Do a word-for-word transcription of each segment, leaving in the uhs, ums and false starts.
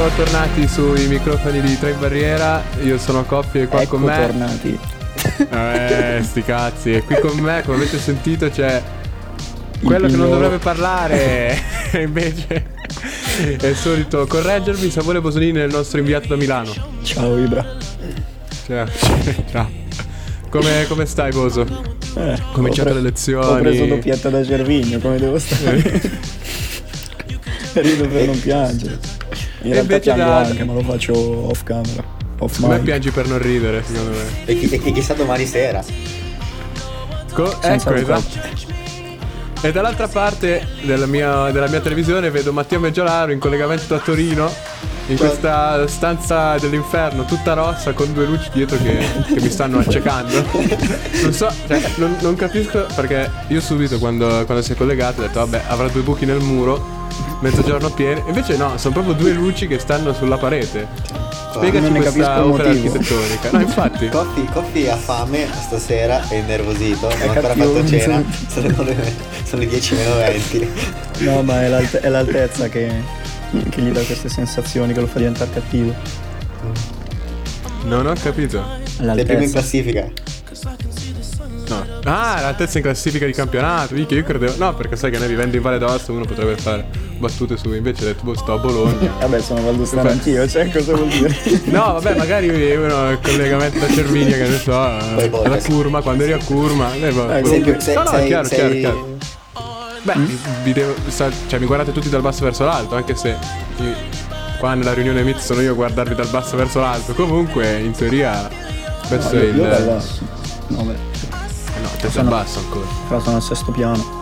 ecco tornati sui microfoni di Tre in Barriera. Io sono Coffi e qua ecco con me tornati. Eh sti cazzi. E qui con me, come avete sentito, c'è quello che non dovrebbe parlare e invece è il solito correggermi, Samuele Bosolini è il nostro inviato da Milano. Ciao Ibra. Ciao. Ciao. Come, come stai Boso? Eh, Cominciate pre- le lezioni. Ho preso doppietta da Gervigno, come devo stare? Rido per non piangere. In e realtà piango da... anche, ma lo faccio off camera, off mic. Me piangi per non ridere, secondo me. E, chi, e chissà domani sera. Co- ecco, esatto. E dall'altra parte della mia, della mia televisione vedo Mattia Meggiolaro in collegamento da Torino, in questa stanza dell'inferno tutta rossa con due luci dietro che, che mi stanno accecando. Non so, cioè, non, non capisco perché io subito quando, quando si è collegato ho detto vabbè avrà due buchi nel muro, mezzogiorno pieno, invece no, sono proprio due luci che stanno sulla parete. Spiegaci non ne questa opera architettonica. No, infatti Coffi, Coffi ha fame stasera, è innervosito, non ha ancora fatto cena, sono le, sono le dieci meno venti. No, ma è, l'alte- è l'altezza che, che gli dà queste sensazioni, che lo fa diventare cattivo. non ho capito. Sei primo in classifica. No. Ah, l'altezza in classifica di campionato. Minchia, io credevo. No, perché sai che noi vivendo in Valle d'Aosta uno potrebbe fare battute su. Invece ho detto, boh, sto a Bologna. Vabbè, sono valdostano anch'io, cioè cosa vuol dire? No, vabbè, magari uno il collegamento da Cervinia, che ne so, alla Curma, quando eri a Curma. Eh, va, Eh, sei, sei, no, no, sei, è chiaro, sei... chiaro, chiaro. Beh, mm? vi devo, sa, cioè mi guardate tutti dal basso verso l'alto, anche se io, qua nella riunione Meet sono io a guardarvi dal basso verso l'alto. Comunque, in teoria, questo no, è io, il. Io dal basso. No, beh. No, te sei al basso ancora. Però sono al sesto piano.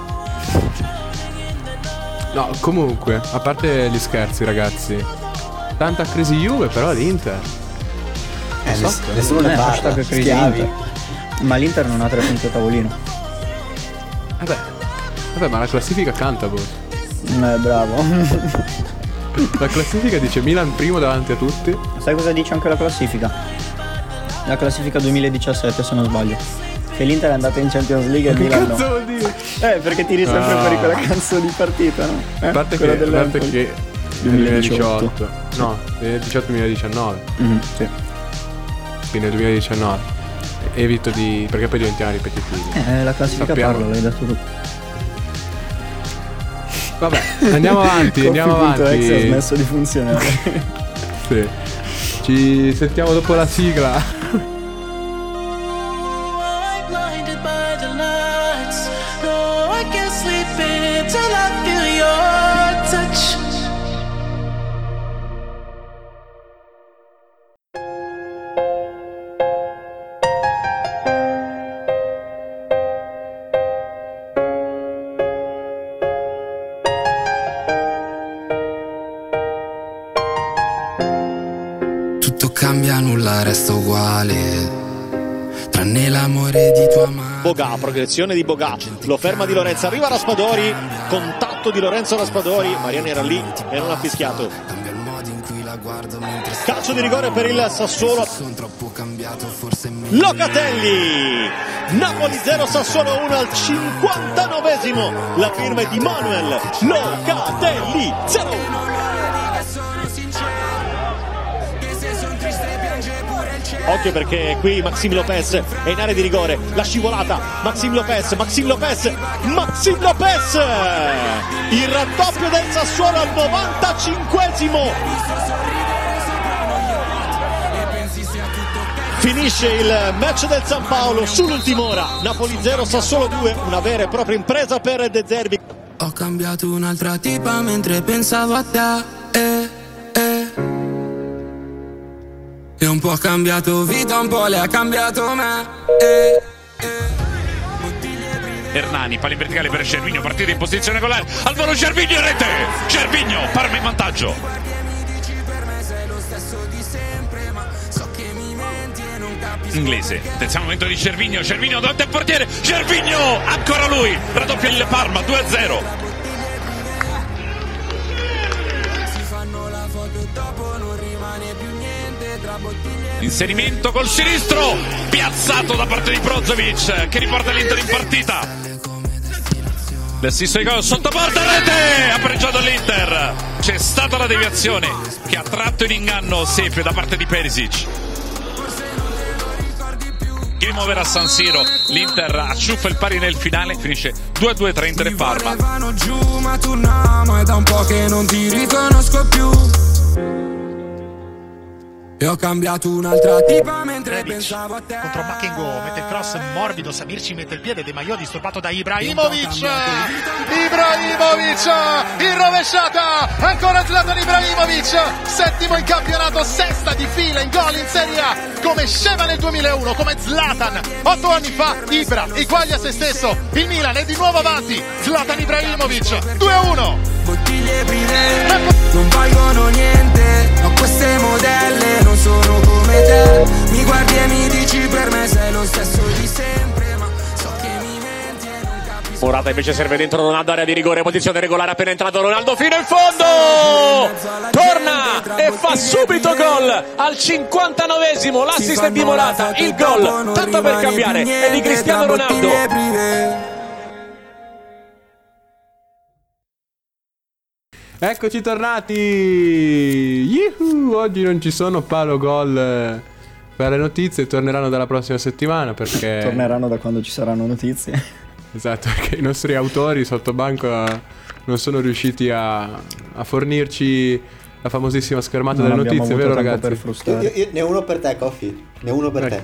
No, comunque, a parte gli scherzi, ragazzi, tanta crisi Juve, però l'Inter. Eh, so, ness- nessuno ne Eh, parla. hashtag crisi Schiavi. Inter. Ma l'Inter non ha tre punti a tavolino. Vabbè, vabbè, ma la classifica canta, boh. Eh, bravo. La classifica dice Milan primo davanti a tutti. Sai cosa dice anche la classifica? La classifica duemiladiciassette, se non sbaglio. Che l'Inter è andata in Champions League e il Che Milan cazzo no. vuol dire? Eh, perché tiri sempre Ah. fuori quella cazzo di partita, no? Eh? A parte Quella che, a parte dell'Empoli. che duemiladiciotto. No, duemiladiciotto duemiladiciannove. Mm, sì. Quindi nel duemiladiciannove. Evito di. Perché poi diventiamo ripetitivi. Eh, la classifica Sappiamo. parla, l'hai detto tu. Vabbè, andiamo avanti, andiamo Coffee punto exe avanti. ha smesso di funzionare. Sì. Ci sentiamo dopo la sigla. Cambia, nulla resta uguale, tranne l'amore di tua madre. Boga, progressione di Boga, lo ferma Di Lorenzo, arriva Raspadori, contatto di Lorenzo Raspadori, Mariani era lì e non ha fischiato. Cambia il modo in cui la guardo mentre calcio di rigore per il Sassuolo. sono troppo cambiato, forse mi... Locatelli, Napoli zero Sassuolo uno al cinquantanovesimo, la firma è di Manuel Locatelli zero uno. Occhio perché qui Maxim Lopez è in area di rigore, la scivolata, Maxim Lopez, Maxim Lopez, Maxim Lopez, il raddoppio del Sassuolo al novantacinquesimo. Finisce il match del San Paolo sull'ultima ora, Napoli zero Sassuolo due, una vera e propria impresa per De Zerbi. Ho cambiato un'altra tipa mentre pensavo a te, eh, eh. E un po' ha cambiato vita, un po' le ha cambiato me, eh, eh. Hernani, palla in verticale per Gervinho, partita in posizione con l'aria, al volo Gervinho in rete, Gervinho, Parma in vantaggio. Inglese, attenzione al momento di Gervinho, Gervinho davanti al portiere, Gervinho, ancora lui, raddoppia il Parma, due a zero. Inserimento col sinistro, piazzato da parte di Brozovic che riporta l'Inter in partita. L'assisto di gol sotto porta, rete! Ha pareggiato l'Inter. C'è stata la deviazione che ha tratto in inganno Sepe da parte di Perisic. Game over a San Siro, l'Inter acciuffa il pari nel finale, finisce due a due tra Inter e Parma. Giù, ma torniamo, è da un po' che non ti riconosco più. E ho cambiato un'altra tipa mentre Rebic pensavo a te. Contro Makengo, mette il cross morbido, Samir ci mette il piede, De Maio disturbato da Ibrahimovic. Ibrahimovic in rovesciata, ancora Zlatan Ibrahimovic, settimo in campionato, sesta di fila in gol in Serie A, come Sheva nel duemilauno, come Zlatan otto anni fa. Ibra eguaglia se stesso, il Milan è di nuovo avanti, Zlatan Ibrahimovic due a uno. Bottiglie prive non valgono niente, ma queste modelle non sono come te. Mi guardi e mi dici per me sei lo stesso di sempre, ma so che mi menti e non capisco. Morata invece serve dentro Ronaldo, area di rigore, posizione regolare, appena entrato Ronaldo fino in fondo, torna e fa subito gol al cinquantanovesimo, l'assist è di Morata, il gol tanto per cambiare è di Cristiano Ronaldo. Eccoci tornati! Yuhu! Oggi non ci sono palo gol per le notizie, torneranno dalla prossima settimana perché... Torneranno da quando ci saranno notizie. Esatto, perché i nostri autori sotto banco non sono riusciti a, a fornirci la famosissima schermata Non delle abbiamo notizie, avuto vero tempo ragazzi? per frustrare. Io, io, ne ho uno per te, Coffi. Ne ho uno per Ecco. te.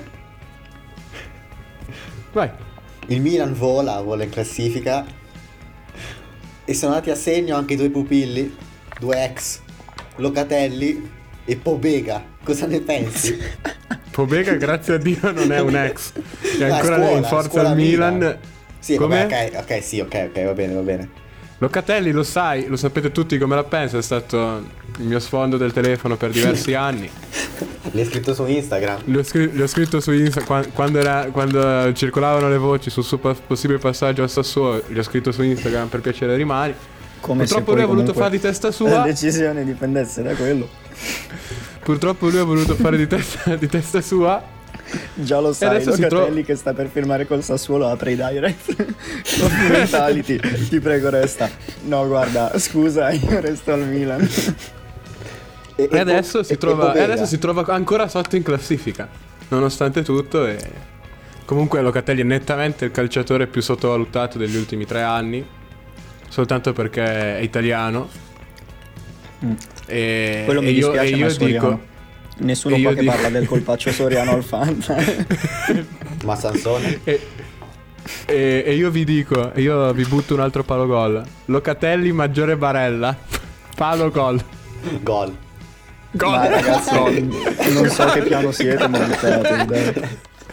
Vai! Il Milan vola, vola in classifica. E sono andati a segno anche i due pupilli, due ex, Locatelli e Pobega. Cosa ne pensi? Pobega, grazie a Dio, non è un ex. È No, ancora scuola, in forza scuola al Milan. Milan. Sì, Come? vabbè, ok, ok, sì, ok, ok, va bene, va bene. Locatelli, lo sai, lo sapete tutti come la penso, è stato il mio sfondo del telefono per diversi anni. L'hai scritto su Instagram. Gli ho, scri- gli ho scritto su Instagram quando, era, quando circolavano le voci sul suo pa- possibile passaggio a Sassuolo. Gli ho scritto su Instagram per piacere rimani. Come se Purtroppo poi lui ha voluto comunque fare di testa la sua. decisione dipendesse da quello. Purtroppo lui ha voluto fare di testa, di testa sua. Già lo sai, adesso si Locatelli trova- che sta per firmare col Sassuolo apre i direct. Coffee Mentality, ti prego resta. No guarda, scusa, io resto al Milan. E, E adesso, Po- si e- trova, e e Pobega. adesso si trova ancora sotto in classifica. Nonostante tutto. E... Comunque Locatelli è nettamente il calciatore più sottovalutato degli ultimi tre anni. Soltanto perché è italiano. Mm. E, Quello mi e io, dispiace, e ma io è Soriano. dico. Nessuno e qua io che dico- parla del colpaccio Soriano al Fanta. Ma Sansone? E, e, e io vi dico, io vi butto un altro palo gol. Locatelli maggiore Barella. Palo gol. Gol. Gol. Ma ragazzi, Gol. non so che piano siete, ma buttatevi.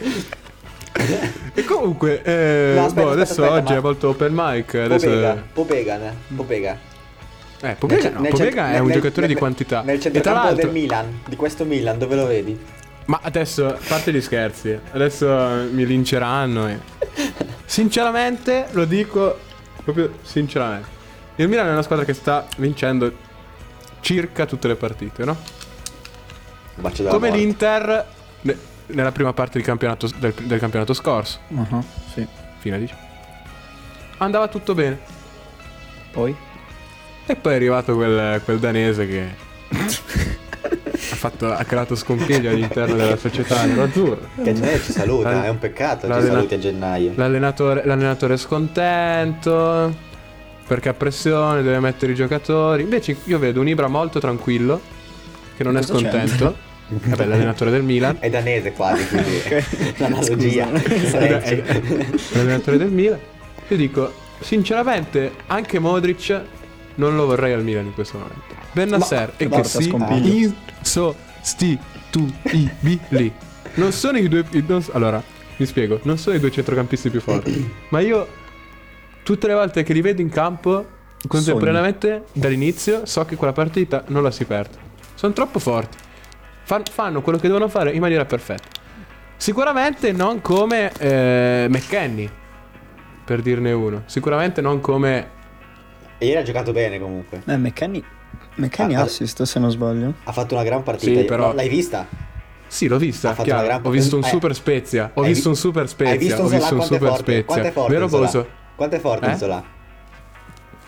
E comunque, eh, No, aspetta, boh, adesso aspetta, oggi ma- è molto open mic. Adesso, Pobega, Pobega, ne? Pobega. eh, Pobega, Nel- no, nel Pobega cent- è un nel- giocatore nel- di quantità. Nel E tra centrocampo l'altro, del Milan, di questo Milan, dove lo vedi? ma adesso, a parte gli scherzi, adesso mi linceranno. E... Sinceramente, lo dico proprio sinceramente. Il Milan è una squadra che sta vincendo circa tutte le partite, no? Un bacio della Come morte. l'Inter ne- nella prima parte del campionato, del, del campionato scorso. Uh-huh, sì. Fine dice. Andava tutto bene. Poi? E poi è arrivato quel, quel danese che ha, fatto, ha creato scompiglio all'interno della società nerazzurra. Che a gennaio ci saluta, L'all- è un peccato, ci l'allena- saluti a gennaio. L'allenatore, l'allenatore è scontento perché ha pressione, deve mettere i giocatori. Invece io vedo un Ibra molto tranquillo, che non è Cosa scontento. Vabbè, l'allenatore del Milan. È danese quasi, quindi l'analogia. Scusa. È- è- l'allenatore del Milan. Io dico, sinceramente, anche Modric non lo vorrei al Milan in questo momento. Bennacer e porta che si scompiglio. insostituibili. Non sono i due. i- non s- allora, mi spiego, non sono i due centrocampisti più forti. Ma io, tutte le volte che li vedo in campo, contemporaneamente, dall'inizio, so che quella partita non la si perde. Sono troppo forti. Fan- fanno quello che devono fare in maniera perfetta. Sicuramente non come eh, McKennie, per dirne uno. Sicuramente non come. E ieri ha giocato bene comunque. Eh, McKennie, McKennie Ah, ah. assist se non sbaglio. Ha fatto una gran partita. Sì, però- No, l'hai vista? Sì, l'ho vista. Ha fatto chiaro. una gran- Ho visto un eh, super Spezia. Ho hai visto vi- un super Spezia. Hai visto Ho Zola visto un quanto è super forte? Spezia. Quanto è forte Vero Zola? Boso? Quanto è forte Eh? Zola?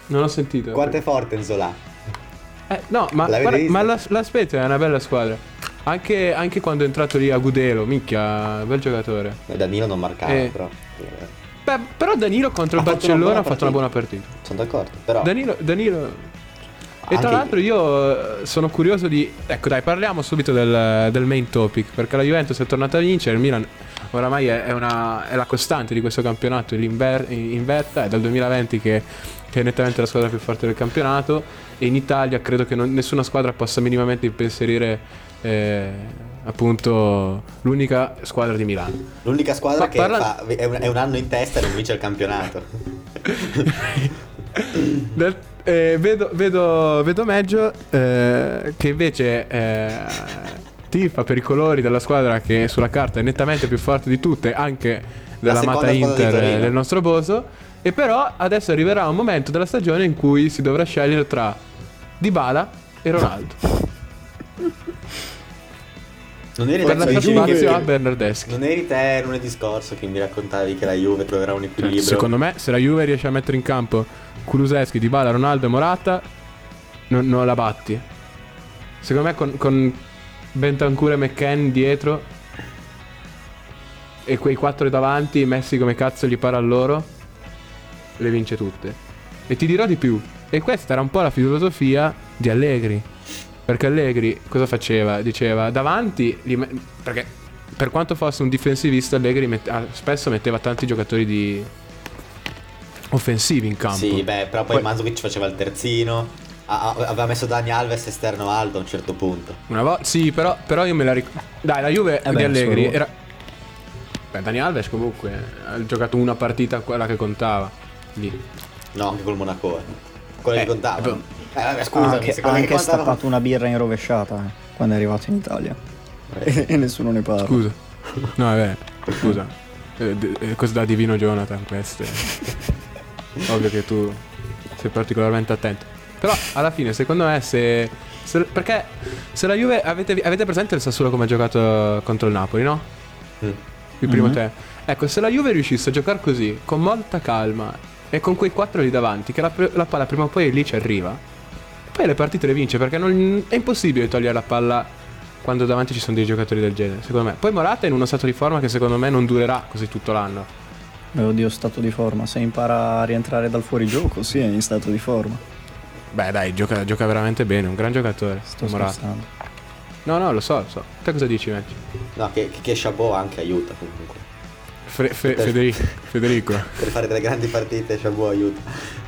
Non ho sentito. Quanto è forte Nzola? Eh, no, ma, L'avete guarda, visto? ma la, la Spezia è una bella squadra. Anche, anche quando è entrato lì a Gudelo, minchia, bel giocatore. Danilo non marcava, Eh. però. Beh, però Danilo contro Ha il fatto una Barcellona buona ha fatto una buona partita. partita. Sono d'accordo, però. Danilo, Danilo... E tra Anche- l'altro io eh, sono curioso di... Ecco dai, parliamo subito del, del main topic. Perché la Juventus è tornata a vincere. Il Milan oramai è, è, una, è la costante di questo campionato. L'inver- in vetta è dal duemilaventi che, che è nettamente la squadra più forte del campionato. E in Italia credo che non- nessuna squadra possa minimamente impensierire eh, appunto l'unica squadra di Milano. L'unica squadra Ma che parla- fa- è, un, è un anno in testa e non vince il campionato. Del- eh, vedo, vedo, vedo Meggio eh, che invece eh, tifa per i colori della squadra che sulla carta è nettamente più forte di tutte, anche della seconda amata squadra di Inter Torino. eh, del nostro Boso. E però adesso arriverà un momento della stagione in cui si dovrà scegliere tra Dybala e Ronaldo Non eri per te, lasciare dicevi che- spazio a Bernardeschi. Non eri te lunedì scorso che mi raccontavi che la Juve troverà un equilibrio? Secondo me, se la Juve riesce a mettere in campo Kulusevski, Dybala, Ronaldo e Morata, non, non la batti. Secondo me, con, con Bentancur e McKennie dietro e quei quattro davanti, messi come cazzo gli pare a loro, le vince tutte. E ti dirò di più. E questa era un po' la filosofia di Allegri. Perché Allegri cosa faceva? Diceva davanti, li me- perché per quanto fosse un difensivista, Allegri mette- ah, spesso metteva tanti giocatori di offensivi in campo. Sì, beh, però poi, Poi- Mandzukic faceva il terzino. a- a- aveva messo Dani Alves esterno alto a un certo punto. Una volta, sì, però, però io me la ricordo. Dai, la Juve Eh di beh, Allegri solo- era. Beh, Dani Alves comunque ha giocato una partita, quella che contava lì. No, anche col Monaco. eh. Quella Eh, che contava. beh. Eh, vabbè, Ha scusami, anche, se ha quelle che anche contano- stappato una birra in rovesciata eh, quando è arrivato in Italia. E, e nessuno ne parla. Scusa. No, vabbè, scusa. Eh, d- eh, cosa da divino Jonathan queste? Ovvio che tu sei particolarmente attento. Però alla fine, secondo me, se, se- perché se la Juve avete, avete presente il Sassuolo come ha giocato contro il Napoli, no? Mm. Il primo Mhm. te. Ecco, se la Juve riuscisse a giocare così, con molta calma e con quei quattro lì davanti, che la, la palla prima o poi lì ci arriva, poi le partite le vince, perché non, è impossibile togliere la palla quando davanti ci sono dei giocatori del genere, secondo me. Poi Morata è in uno stato di forma che secondo me non durerà così tutto l'anno. Beh, oddio, stato di forma. Se impara a rientrare dal fuorigioco, sì, è in stato di forma. Beh dai, gioca, gioca veramente bene, un gran giocatore. Sto Morata. scherzando. No, no, lo so, lo so. Te cosa dici, Match? No, che, che, che Chabot anche aiuta comunque. Fe- fe- Federico. Federico. Per fare delle grandi partite Chabot aiuta.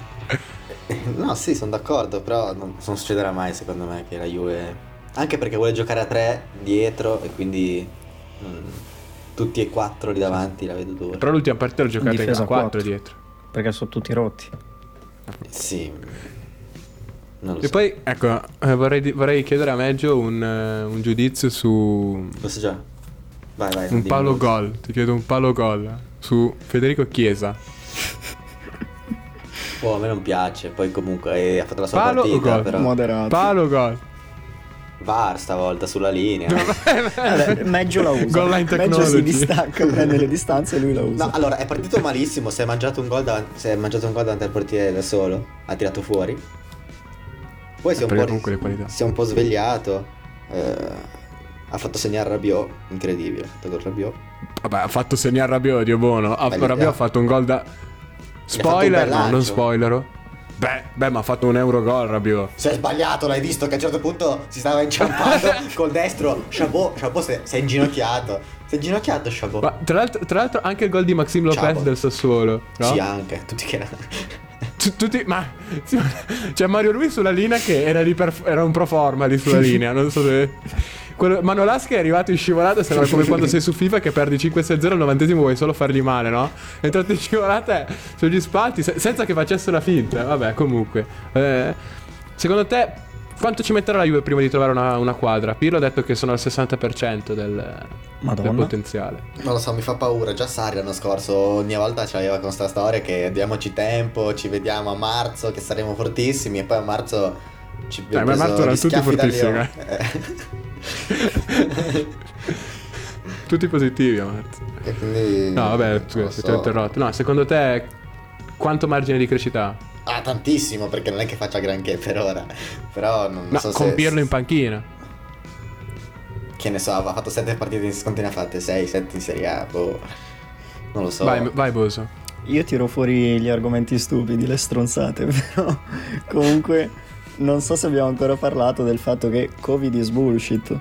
No, sì, sono d'accordo, però non, non succederà mai secondo me che la Juve... Anche perché vuole giocare a tre dietro e quindi mm, tutti e quattro lì davanti la vedo dura. Però l'ultima partita l'ho giocata Difesa a quattro quattro. dietro. Perché sono tutti rotti. Sì. Non lo E so. poi, ecco, eh, vorrei, di- vorrei chiedere a Meggio un, eh, un giudizio su Lo so già. Vai, vai. un dimmi palo molto. gol. Ti chiedo un palo gol su Federico Chiesa. Oh, a me non piace. Poi comunque eh, ha fatto la sua Palo o partita, gol? però. Moderato. Palo gol. V A R stavolta sulla linea. Vabbè, Meggio la usa. Goal line Meggio si technology. distacca, prende le distanze e lui la usa. No, allora è partito malissimo. Si è mangiato un gol davanti, si è mangiato un gol davanti al portiere da solo. Ha tirato fuori. Poi si è un, Perché po', comunque le qualità. si è un po' svegliato. eh, ha fatto segnare Rabiot. Incredibile. Ha fatto gol Rabiot. Vabbè, ha fatto segnare Rabiot, Dio buono. Ha, Beh, gli- Rabiot ha fatto un gol da... fatto un Spoiler? bel No, non lancio. spoilero. Beh, beh, ma ha fatto un Eurogol Rabiot. Si è sbagliato, l'hai visto che a un certo punto si stava inciampando col destro. Chabot, Chabot si è, si è inginocchiato. Si è inginocchiato Chabot. Ma tra l'altro, tra l'altro anche il gol di Maxime Lopez Ciao. del Sassuolo, no? Sì, anche. Tutti che Tu- Tutti, ma sì, ma- c'è Mario Lui sulla linea che era, lì per, era un pro forma lì sulla linea, non so se... Quello, Manolaschi è arrivato in scivolata, sembra come quando sei su FIFA che perdi cinque sei zero al novantesimo, vuoi solo fargli male, no? È entrato in scivolata sugli spalti se- senza che facesse una finta. Vabbè, comunque. Eh, secondo te quanto ci metterà la Juve prima di trovare una, una quadra? Pirlo ha detto che sono al sessanta per cento del, del Madonna. potenziale. Non lo so, mi fa paura. Già Sarri l'anno scorso ogni volta c'aveva con sta storia che diamoci tempo, ci vediamo a marzo, che saremo fortissimi. E poi a marzo ci Dai, abbiamo ma a preso marzo erano gli tutti schiaffi da fortissimi, leone. Eh. Tutti positivi, Marzo. E quindi No, vabbè, non scusa, lo se so. ti ho interrotto. No, secondo te quanto margine di crescita ha? Ah, tantissimo, perché non è che faccia granché per ora. Però non, non Ma so con se... Pirlo in panchina. Che ne so, aveva fatto sette partite in... Quante ne ha fatte? sei, sette in Serie A, boh. Non lo so. Vai, vai Boso. Io tiro fuori gli argomenti stupidi, le stronzate, però comunque non so se abbiamo ancora parlato del fatto che Covid is bullshit.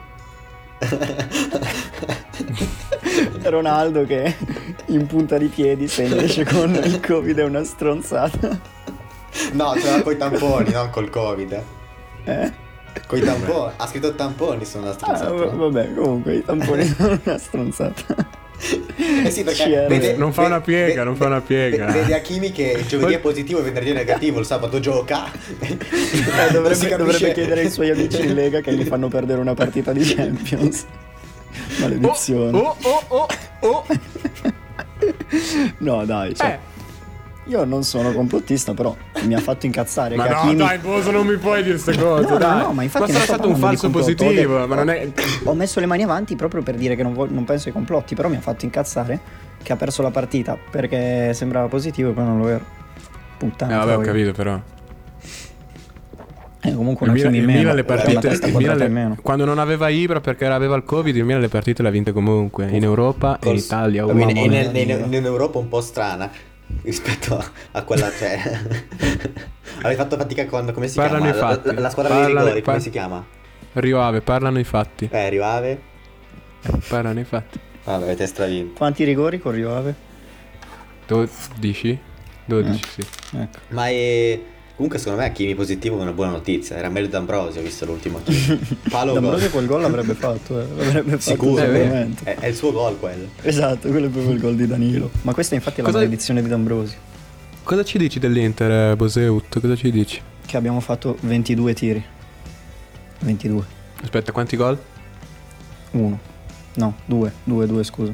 Ronaldo che in punta di piedi segna esce con il Covid è una stronzata. No, c'era coi tamponi, non col Covid. Eh? Coi tamponi, ha scritto tamponi, sono una stronzata. Ah, v- vabbè, comunque i tamponi sono una stronzata. Eh sì, perché C R. vede, Non fa vede- una piega, vede- non fa una piega. vede- Vede Hakimi che il giovedì è positivo e il venerdì è negativo, il sabato gioca. Eh, Non dovrebbe, si capisce. dovrebbe chiedere ai suoi amici in Lega che gli fanno perdere una partita di Champions. Maledizione. Oh, oh, oh, oh. No, dai, cioè, Eh, io non sono complottista, però mi ha fatto incazzare ma che no, Hakimi... dai, Boso, non mi puoi dire queste cose, No, no, dai. no, ma infatti non sarà sto stato un parlando falso di complotto, ho positivo, detto- ma non è... Ho messo le mani avanti proprio per dire che non, vo- non penso ai complotti, però mi ha fatto incazzare che ha perso la partita perché sembrava positivo e poi non lo era. Puttana. Eh, vabbè, ho troia. capito, però. Eh, comunque Il una Milan, Kimi il in meno, Milan le con la partite, testa il Milan quadrata le- in meno. quando non aveva Ibra perché aveva il Covid, il Milan le partite le ha vinte comunque, in Europa e in Col- Italia. in, oh, mamma in, mia. in- in- in Europa un po' strana rispetto a, a quella, cioè. Avevi fatto fatica quando, come si Parlano chiama? i La, fatti. la- la squadra dei Parlano- rigori, come par- si chiama? Rio Ave, parlano i fatti. Eh, Rivave. Parlano i fatti. Vabbè, avete stravinto. Quanti rigori con Rio Ave? dodici? dodici, sì. Ecco. Ma è... Comunque secondo me Hakimi positivo è una buona notizia. Era meglio D'Ambrosio, visto l'ultimo Hakimi. Palo gol. D'Ambrosio quel gol l'avrebbe fatto, eh. L'avrebbe fatto Sicuro, sicuramente. è, è il suo gol quello. Esatto, quello è proprio il gol di Danilo. Ma questa infatti è la Cosa- maledizione di D'Ambrosio. Cosa ci dici dell'Inter, Boseut? Cosa ci dici? Che abbiamo fatto ventidue tiri. ventidue. Aspetta, quanti gol? Uno. No, due. Due, due, scusa.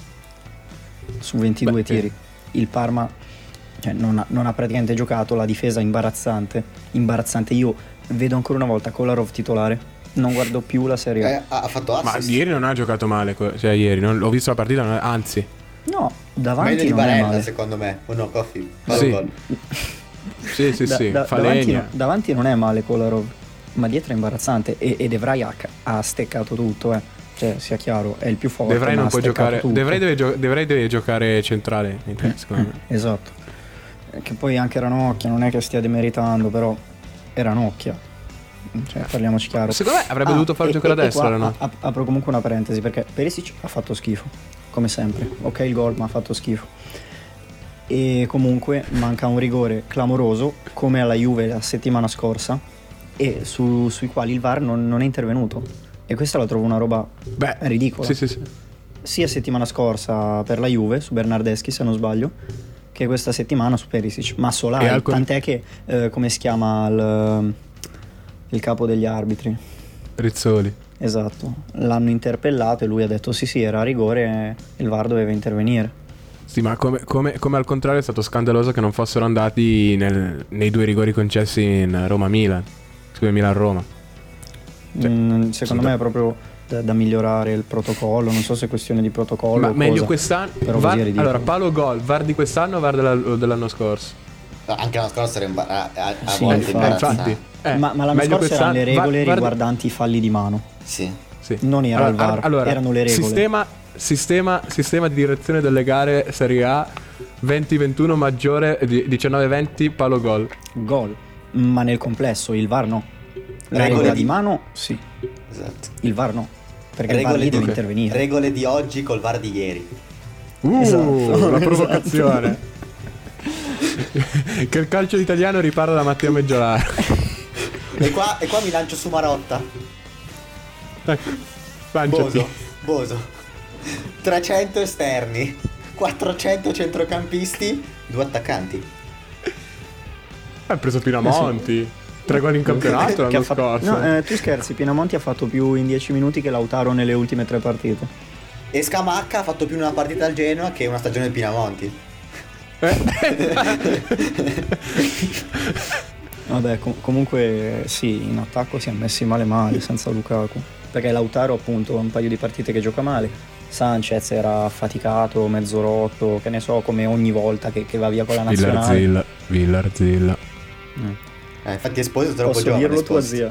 Su ventidue Beh, tiri. Il Parma cioè, non, ha, non ha praticamente giocato, la difesa imbarazzante. Imbarazzante. Io vedo ancora una volta Kolarov titolare. Non guardo più la Serie A. Eh, ha, ha fatto Ma assist. ieri non ha giocato male, co- cioè ieri, non, ho visto la partita, non- anzi. No, Meglio davanti di non è Barella male. secondo me. O no, Coffi? Palo Sì. gol. Sì, sì, Da- sì, da- fa davanti, legna. no- davanti non è male Kolarov, ma dietro è imbarazzante. E, e De Vrij ha, ha steccato tutto, eh. Cioè, sia chiaro, è il più forte. De Vrij ma non ha può steccato giocare. tutto. De Vrij deve, gio- De Vrij deve giocare centrale, secondo me. Esatto. Eh, Che poi anche Ranocchia, non è che stia demeritando, però è Ranocchia. Cioè, parliamoci chiaro. Secondo me avrebbe dovuto far e- giocare e- a e destra, qua no? a- a- apro comunque una parentesi perché Perisic ha fatto schifo, come sempre. Ok il gol, ma ha fatto schifo. E comunque manca un rigore clamoroso, come alla Juve la settimana scorsa, e su- sui quali il V A R non, non è intervenuto. E questa la trovo una roba Beh, ridicola. Sì, sì, sì. Sia settimana scorsa per la Juve su Bernardeschi, se non sbaglio, che questa settimana su Perisic. Ma E Solari, al con- tant'è che eh, come si chiama il, il capo degli arbitri? Rizzoli. Esatto, l'hanno interpellato e lui ha detto sì sì era a rigore e il V A R doveva intervenire. Sì, ma come, come- come al contrario è stato scandaloso che non fossero andati nel- nei due rigori concessi in Roma-Milan. Scusa, Milan-Roma. Cioè, Mm, secondo sono me da- è proprio da, da migliorare il protocollo, non so se è questione di protocollo Ma o meglio cosa, quest'anno. però VAR- così è ridicolo. allora, palo gol, V A R di quest'anno o V A R della- o dell'anno scorso? No, anche l'anno scorso era imba- a, a, a Sì, volte infatti. imbarazzante. Infatti. Eh, ma, ma l'anno meglio scorso erano le quest'anno- regole V A R riguardanti i falli di mano, Sì. Sì. non era il V A R, allora, erano le regole. Sistema, sistema, sistema di direzione delle gare Serie A venti ventuno maggiore di diciannove venti palo gol. Gol, ma nel complesso il V A R no. La Regole regola di- di mano sì, Esatto. il V A R no, perché il V A R lì Regole deve di, intervenire. regole di oggi col V A R di ieri. Uh, Esatto, la esatto. provocazione. Che il calcio italiano riparta da Matteo Meggiolaro. E qua, e qua mi lancio su Marotta. Ecco, lanciati. Boso. Boso. trecento esterni. quattrocento centrocampisti. Due attaccanti. Ha preso Pinamonti. Tre gol in campionato Che ha l'anno fatto- scorso. No, eh, tu scherzi, Pinamonti ha fatto più in dieci minuti che Lautaro nelle ultime tre partite. E Scamacca ha fatto più una partita al Genoa che una stagione del Pinamonti. Vabbè, com- comunque sì, in attacco si è messi male male senza Lukaku. Perché Lautaro appunto ha un paio di partite che gioca male. Sanchez era affaticato, mezzo rotto, che ne so, come ogni volta che, che va via con la nazionale. Villarzilla, Villarzilla. Eh, infatti Esposito è troppo Posso giovane. dirlo tua Esposito.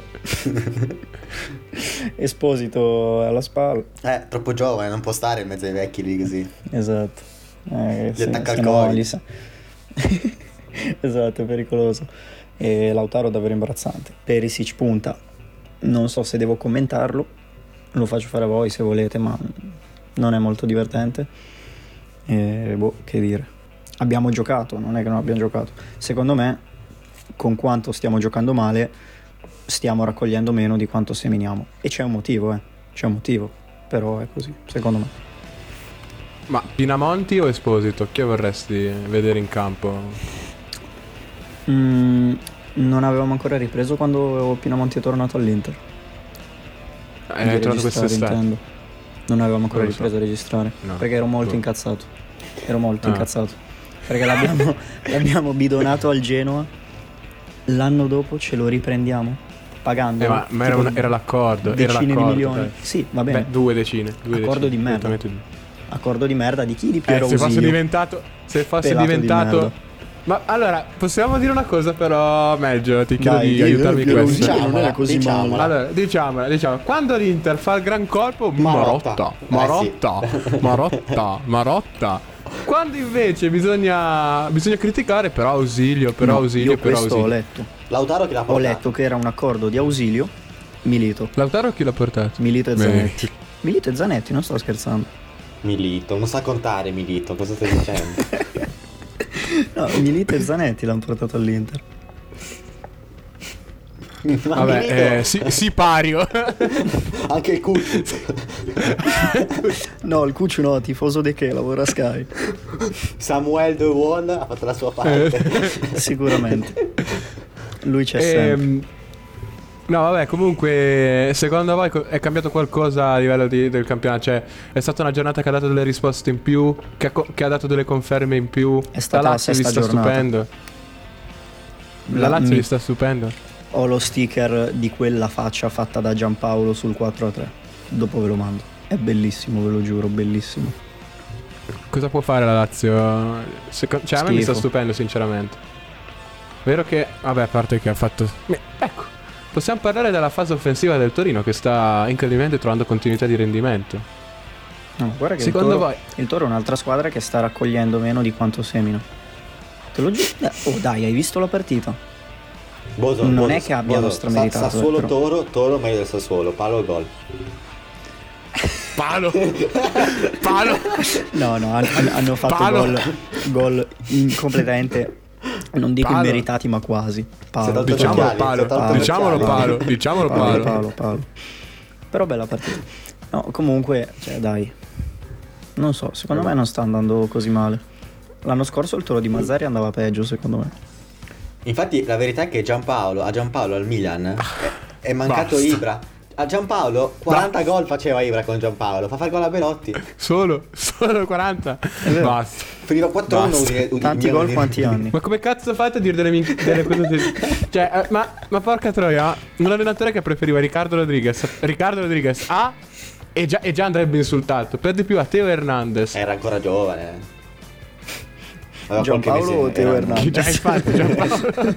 zia. Esposito alla spalla. Eh, troppo giovane, non può stare in mezzo ai vecchi lì così. Esatto. Eh, Gli se- attacca se il no Covid. li sa- Esatto, è pericoloso. E Lautaro davvero imbarazzante. Perisic punta. Non so se devo commentarlo. Lo faccio fare a voi se volete, ma non è molto divertente. E boh, che dire. Abbiamo giocato, non è che non abbiamo giocato. Secondo me, con quanto stiamo giocando male, stiamo raccogliendo meno di quanto seminiamo. E c'è un motivo, eh. C'è un motivo. Però è così, secondo me. Ma Pinamonti o Esposito? Chi vorresti vedere in campo? Mm, non avevamo ancora ripreso quando Pinamonti è tornato all'Inter. Hai Di trovato registrare, quest'estate? intendo. Non avevamo ancora Non lo so. ripreso a registrare. No. Perché ero molto Boh. incazzato. Ero molto Ah. incazzato. Perché l'abbiamo, l'abbiamo bidonato al Genoa. L'anno dopo ce lo riprendiamo. Pagando. Eh, ma ma era, tipo una- era l'accordo. Era decine l'accordo, di milioni. dai. Sì, va bene. Beh, due decine. Due Accordo decine, di merda. esattamente due. Accordo di merda di chi? Di Eh, Piero se fosse Ausilio. diventato. Se fosse Pelato di diventato. merda. Ma allora, possiamo dire una cosa, però, Meggio, ti chiedo Dai, di dillo, aiutarmi in Piero questo. Ausilio non è così Diciamola. male. Allora, diciamola, diciamo, quando l'Inter fa il gran colpo, Marotta. Marotta, Eh, sì. Marotta, Marotta, Marotta. Quando invece bisogna bisogna criticare però Ausilio, però No, Ausilio, io però questo ho Ausilio. letto. Lautaro chi l'ha Ho portato? letto che era un accordo di Ausilio, Milito. Lautaro chi l'ha portato? Milito e Beh, Zanetti. Milito e Zanetti, non sto scherzando. Milito, non sa contare Milito, cosa stai dicendo? No, Milito e Zanetti l'hanno portato all'Inter. Ma Vabbè, Milito- eh, sì, sì pario. Anche il Cucci. No, il Cuccio no, tifoso De Che, lavora a Sky. Samuel De Won ha fatto la sua parte. Sicuramente. Lui c'è sempre. Ehm, No, vabbè, comunque, secondo voi co- è cambiato qualcosa a livello di- del campionato? Cioè, è stata una giornata che ha dato delle risposte in più, che ha, co- che ha dato delle conferme in più? È stata la Lazio vi sesta sta giornata. stupendo. La La- Lazio mi- vi sta stupendo. Ho lo sticker di quella faccia fatta da Giampaolo sul quattro a tre. Dopo ve lo mando. È bellissimo, ve lo giuro, bellissimo. Cosa può fare la Lazio? Seco- cioè, a me mi sta Schifo. stupendo, sinceramente. Vero che, vabbè, a parte che ha fatto. Mi- Ecco, possiamo parlare della fase offensiva del Torino che sta incredibilmente trovando continuità di rendimento. No, guarda che Secondo il Toro, voi? il Toro è un'altra squadra che sta raccogliendo meno di quanto semina. Te lo giuro. Eh, Oh dai, hai visto la partita? Boso, Non Boso, è che abbiano Boso, strameritato, Sa- Sassuolo però. Toro, Toro meglio del Sassuolo, palo e gol. Palo! Palo! No, no, han- han- hanno fatto Palo. gol, gol in- completamente, non dico Palo. immeritati, ma quasi. Palo. Si è tolto Diciamolo Occhiali, palo, si è tolto diciamolo Occhiali. palo, diciamolo Palo, palo. palo, palo. Però bella partita. No, comunque, cioè dai, non so, secondo me non sta andando così male. L'anno scorso il Toro di Mazzari andava peggio, secondo me. Infatti la verità è che Giampaolo, a Giampaolo al Milan è, è mancato Basta. Ibra. A Giampaolo quaranta gol faceva Ibra con Giampaolo, fa fare gol a Belotti. Solo, solo quaranta. vero. Basta. Finiva quattro a uno. Basta. Udine- Tanti Udine- gol quanti anni? Ma come cazzo fate a dire delle, min- delle cose così? Cioè, eh, ma, ma porca troia, un allenatore che preferiva Riccardo Rodriguez, Riccardo Rodriguez a e già, e già andrebbe insultato. Per di più a Teo Hernandez. Era ancora giovane. Aveva qualche Giampaolo mese- o Teo era- Hernandez? Già infatti, Giampaolo.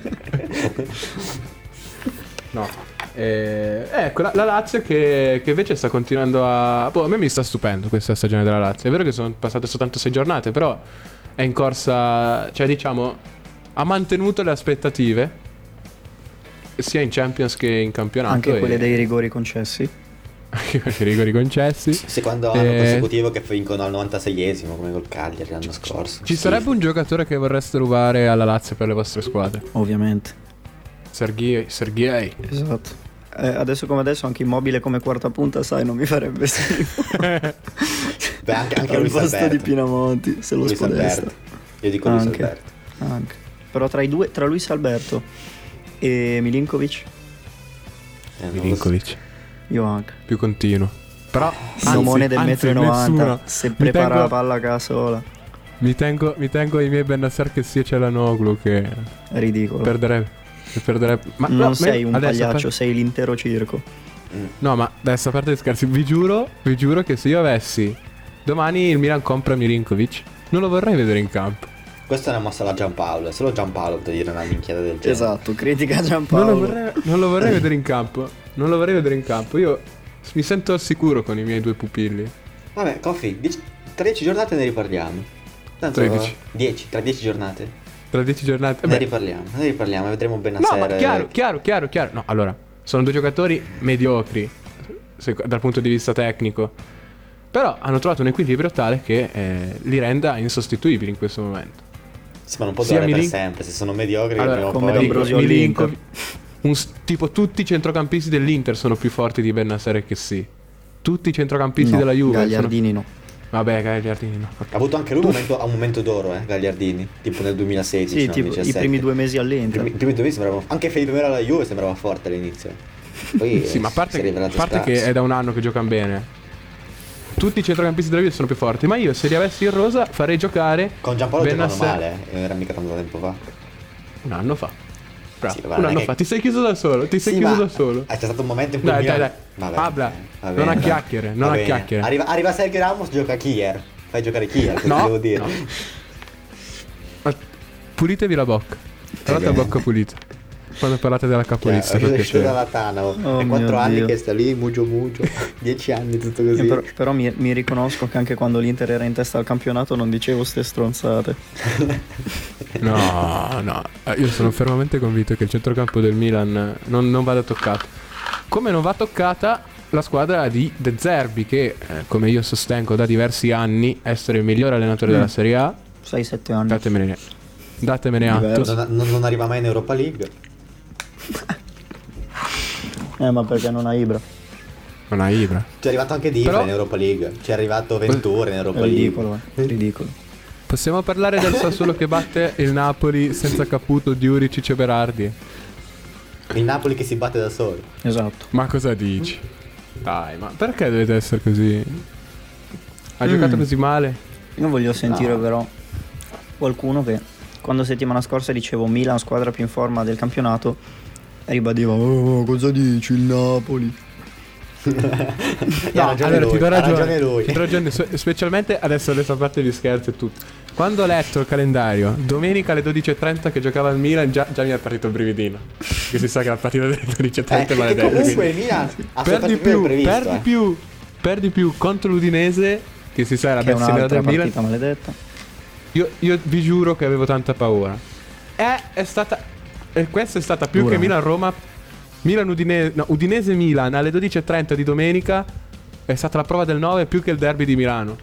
No. Eh, ecco, la, la Lazio che, che invece sta continuando a... Boh, a me mi sta stupendo questa stagione della Lazio. È vero che sono passate soltanto sei giornate, però è in corsa... Cioè, diciamo, ha mantenuto le aspettative sia in Champions che in campionato. Anche e- quelle dei rigori concessi. Anche quei rigori concessi. Secondo anno Eh, consecutivo che vincono al novantaseiesimo come col Cagliari l'anno scorso. Ci Sì. sarebbe un giocatore che vorreste rubare alla Lazio per le vostre squadre? Ovviamente. Sergei, Sergei. Esatto. Eh, adesso come adesso anche Immobile come quarta punta, sai, non mi farebbe schifo. Beh, anche, anche Al Luis posto Alberto. di Pinamonti, se lo Luis spodesta. Alberto. Io dico Luis Anche. Alberto. Anche. Però tra i due, tra Luis Alberto e Milinkovic, Eh, non lo so. Milinkovic. io anche. Più continuo. Però Somone del metro e novanta, nessuno. se Mi prepara tengo- la palla a casola. Mi tengo, mi tengo i miei Bennassar che sia Cialanoglu che È ridicolo. perderebbe. Che perderebbe. Ma non no, sei me- un adesso, pagliaccio, per- sei l'intero circo. No, ma adesso a parte gli scherzi, vi giuro, vi giuro che se io avessi domani il Milan compra Milinkovic, non lo vorrei vedere in campo. Questa è una mossa alla Giampaolo, solo Giampaolo può dire una minchiata del genere. Esatto, critica Giampaolo. Non lo vorrei, non lo vorrei vedere in campo. Non lo vorrei vedere in campo. Io mi sento al sicuro con i miei due pupilli. Vabbè, Coffi, dieci, tra dieci giornate ne riparliamo. Tanto tredici. dieci, tra dieci giornate. Tra dieci giornate. Ne Beh, riparliamo, ne riparliamo, vedremo bene a no, sera. ma chiaro, chiaro, chiaro, chiaro. No, allora, sono due giocatori mediocri se- dal punto di vista tecnico. Però hanno trovato un equilibrio tale che eh, li renda insostituibili in questo momento. Sì, ma non può sia durare per Milin- sempre, se sono mediocri Allora, prima o come poi... D'Ambrosio Milinkovic, un s- tipo tutti i centrocampisti dell'Inter sono più forti di Bennacer e Kessie. Tutti i centrocampisti No, della Juve Gagliardini no. sono... Vabbè, Gagliardini no. Ha avuto anche lui un momento, un momento d'oro, eh, Gagliardini, tipo nel duemilasedici, Sì, no, tipo i duemiladiciassette. primi due mesi I all'Inter. primi, i primi due mesi sembrava... Anche Felipe Melo alla Juve sembrava forte all'inizio. Poi Sì, ma a parte, si è a rivelato parte che scarso. è da un anno che giocano bene. Tutti i centrocampisti della Juve sono più forti. Ma io, se li avessi in rosa, farei giocare Con Giampaolo giocavano Bennacer- male, eh, era mica tanto tempo fa. Un anno fa. Bravo, Sì, un guarda, anno che- fa. Ti sei chiuso da solo. Ti sei Sì, chiuso ma da solo. C'è stato un momento in cui Dai, il dai, Milan... dai. Vabbè, Habla. va Non bene, a dai. chiacchiere, non Va a bene. chiacchiere. Arriva, arriva Sergio Ramos, gioca Kier. Fai giocare Kier, cosa No, devo dire? no. Ma pulitevi la bocca. Parlate la bene. bocca pulita. Quando parlate della capolista, Cioè, per è uscito piacere. dalla Tana, oh. Oh È mio quattro anni Dio. che sta lì, mugio mugio. Dieci anni, tutto Io così. però però mi, mi riconosco che anche quando l'Inter era in testa al campionato non dicevo ste stronzate. No, no. Eh, Io sono fermamente convinto che il centrocampo del Milan non, non vada toccato. Come non va toccata la squadra di De Zerbi, che eh, come io sostengo da diversi anni essere il migliore allenatore della Serie A. sei sette anni. Datemene, datemene atto. Diverso. Non, non- non arriva mai in Europa League. Eh, ma perché non ha Ibra? Non ha Ibra. C'è arrivato anche Di Ibra Però- in Europa League. C'è arrivato Ventura in Europa È League. ridicolo, eh. Ridicolo. Possiamo parlare del Sassuolo che batte il Napoli senza Caputo, Diuricic e Berardi? Il Napoli che si batte da solo. Esatto. Ma cosa dici? Dai, ma perché dovete essere così? Ha giocato così male? Io voglio sentire No. però qualcuno che quando settimana scorsa dicevo Milan squadra più in forma del campionato ribadiva oh, cosa dici il Napoli? E No, ha ragione allora lui. ti do ha ragione, ragione lui. ti do ragione, spe- specialmente adesso adesso a parte gli scherzi e tutto. Quando ho letto il calendario, domenica alle dodici e trenta che giocava il Milan, già, già mi è partito il brividino. Che si sa che la partita delle dodici e Eh, trenta è che maledetta. comunque quindi- il Milan ha perdi sofferto più, il previsto, perdi eh. più, perdi più contro l'Udinese, che si sa è la Che è bestia nera un'altra del Milan. partita maledetta. Io, io vi giuro che avevo tanta paura. È, è stata. E questa è stata più Dura. che Milan-Roma. Milan-Udinese. No, Udinese-Milan alle dodici e trenta di domenica. È stata la prova del nove più che il derby di Milano.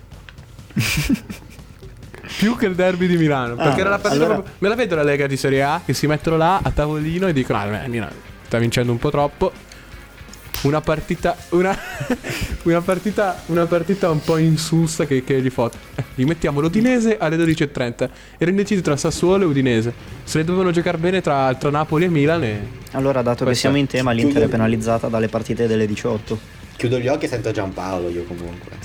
Più che il derby di Milano. Perché Ah, era la partita allora- proprio- me la vedo la Lega di Serie A che si mettono là a tavolino e dicono: Ah, beh, Milan sta vincendo un po' troppo. Una partita. Una, una partita. Una partita un po' insulsa che, che gli foto. Gli mettiamo l'Udinese alle dodici e trenta. Era indeciso tra Sassuolo e Udinese. Se le dovevano giocare bene tra, tra Napoli e Milan. E... Allora, dato che Questa- siamo in tema, l'Inter è Chiudo- penalizzata dalle partite delle diciotto. Chiudo gli occhi e sento Giampaolo io comunque.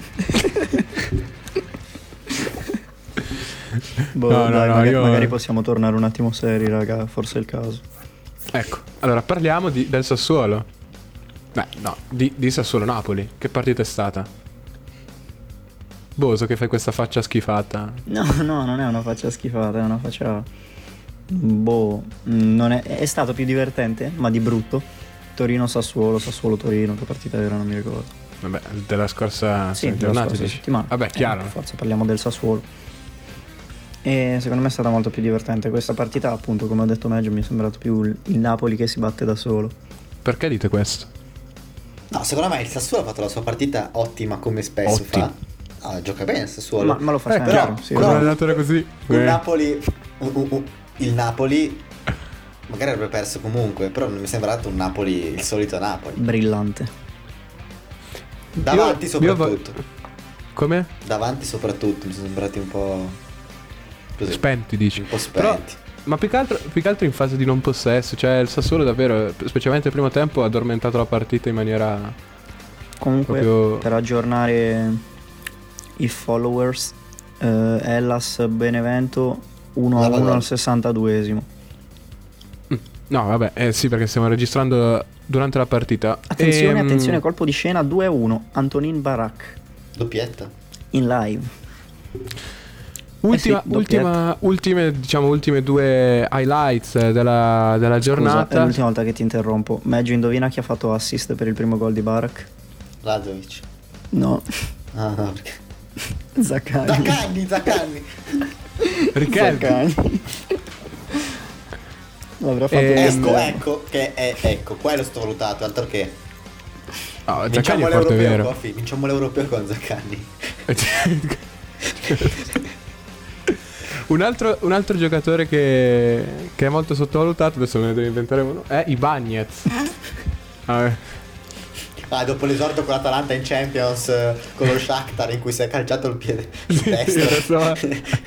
Boh, No, no, dai, no, magari, io- magari possiamo tornare un attimo seri, raga, forse è il caso. Ecco, allora parliamo di- del Sassuolo. Beh, no, di, di Sassuolo-Napoli. Che partita è stata? Boso che fai questa faccia schifata. No, no, non è una faccia schifata, è una faccia... Boh, non è... è stato più divertente, ma di brutto. Torino-Sassuolo, Sassuolo-Torino, che partita era, non mi ricordo. Vabbè, della scorsa Sì, della giornata scorsa dici? settimana. Vabbè, Eh, chiaro. per forza parliamo del Sassuolo. E secondo me è stata molto più divertente questa partita, appunto, come ha detto Meggio, mi è sembrato più il il Napoli che si batte da solo. Perché dite questo? No, secondo me il Sassuolo ha fatto la sua partita ottima come spesso Ottima. fa. Ah, gioca bene il Sassuolo. Ma, ma lo fa Eh, sempre, però- sì, Con però- un allenatore così. Un eh. Napoli. un- un- un- il Napoli. Magari avrebbe perso comunque, però non mi è sembrato un Napoli, il solito Napoli. brillante. Davanti Io- io va- soprattutto. Come? Davanti soprattutto, mi sono sembrati un po'. Così. Spenti, dici. Un po' Però- spenti. Ma più che, altro, più che altro in fase di non possesso. Cioè, il Sassuolo davvero, specialmente il primo tempo, ha addormentato la partita in maniera. Comunque, Proprio- per aggiornare i followers, eh, Hellas Benevento uno a La uno Madonna. al sessantaduesimo. No, vabbè, eh sì, perché stiamo registrando durante la partita. Attenzione, Ehm, attenzione, colpo di scena due a uno, Antonin Barak Doppietta. in live. Ultima, Eh sì, ultima, ultime, diciamo, ultime due highlights della, della Scusa, giornata. è l'ultima volta che ti interrompo. Maggio, indovina chi ha fatto assist per il primo gol di Barak? Lazovic. No. Ah no, perché... Zaccagni. Zaccagni, Zaccagni. Richelme. Zaccagni. L'avrà fatto Ehm, Ecco, bene. ecco, che è, ecco, quello sottovalutato, altro che. No, Zaccagni Vinciamo è forte, l'europeo, vero. Coffi, vinciamo l'europeo con Zaccagni. un, altro, un altro giocatore che, che è molto sottovalutato, adesso me ne devo inventare uno, è Ibañez. Vabbè. Ah, dopo l'esordio con l'Atalanta in Champions, eh, con lo Shakhtar in cui si è calciato il piede il destro. Sì, lo so.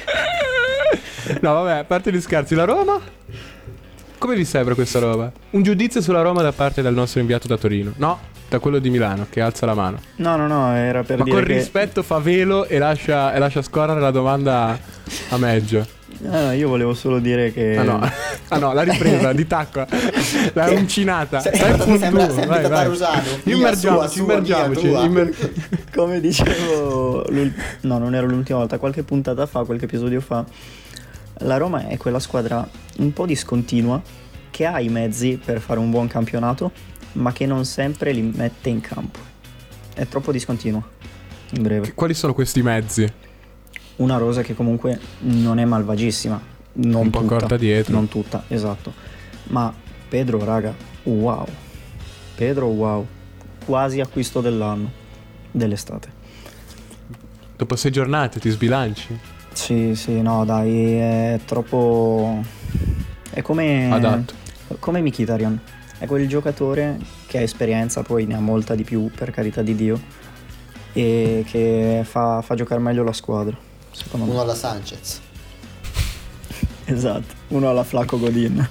No, vabbè, a parte gli scherzi, la Roma? Come vi sembra questa Roma? Un giudizio sulla Roma da parte del nostro inviato da Torino? No, da quello di Milano, che alza la mano. No, no, no, era per Ma dire con che... rispetto fa velo e lascia, e lascia scorrere la domanda a Meggio. No, no, io volevo solo dire che... Ah no, ah no, l'ha ripresa di tacqua. L'ha uncinata. Se- Dai, sembra- fu sembra- tu, sembra vai, vai. Tatarusano. Mia, Immergiamoci, sua, sua, immergiamoci. mia, tua. immer- Come dicevo, l'ul- no, non era l'ultima volta, qualche puntata fa, qualche episodio fa, la Roma è quella squadra un po' discontinua che ha i mezzi per fare un buon campionato, ma che non sempre li mette in campo. È troppo discontinua, in breve. Quali sono questi mezzi? Una rosa che comunque non è malvagissima, non Un po' tutta, corta dietro. non tutta, esatto. Ma Pedro, raga, wow. Pedro, wow. Quasi acquisto dell'anno, dell'estate. Dopo sei giornate ti sbilanci? Sì, sì, no, dai, è troppo... È come... Adatto. Come Mkhitaryan. È quel giocatore che ha esperienza, poi ne ha molta di più, per carità di Dio, e che fa, fa giocare meglio la squadra, secondo me. Uno alla Sanchez. Esatto, uno alla Flaco Godin.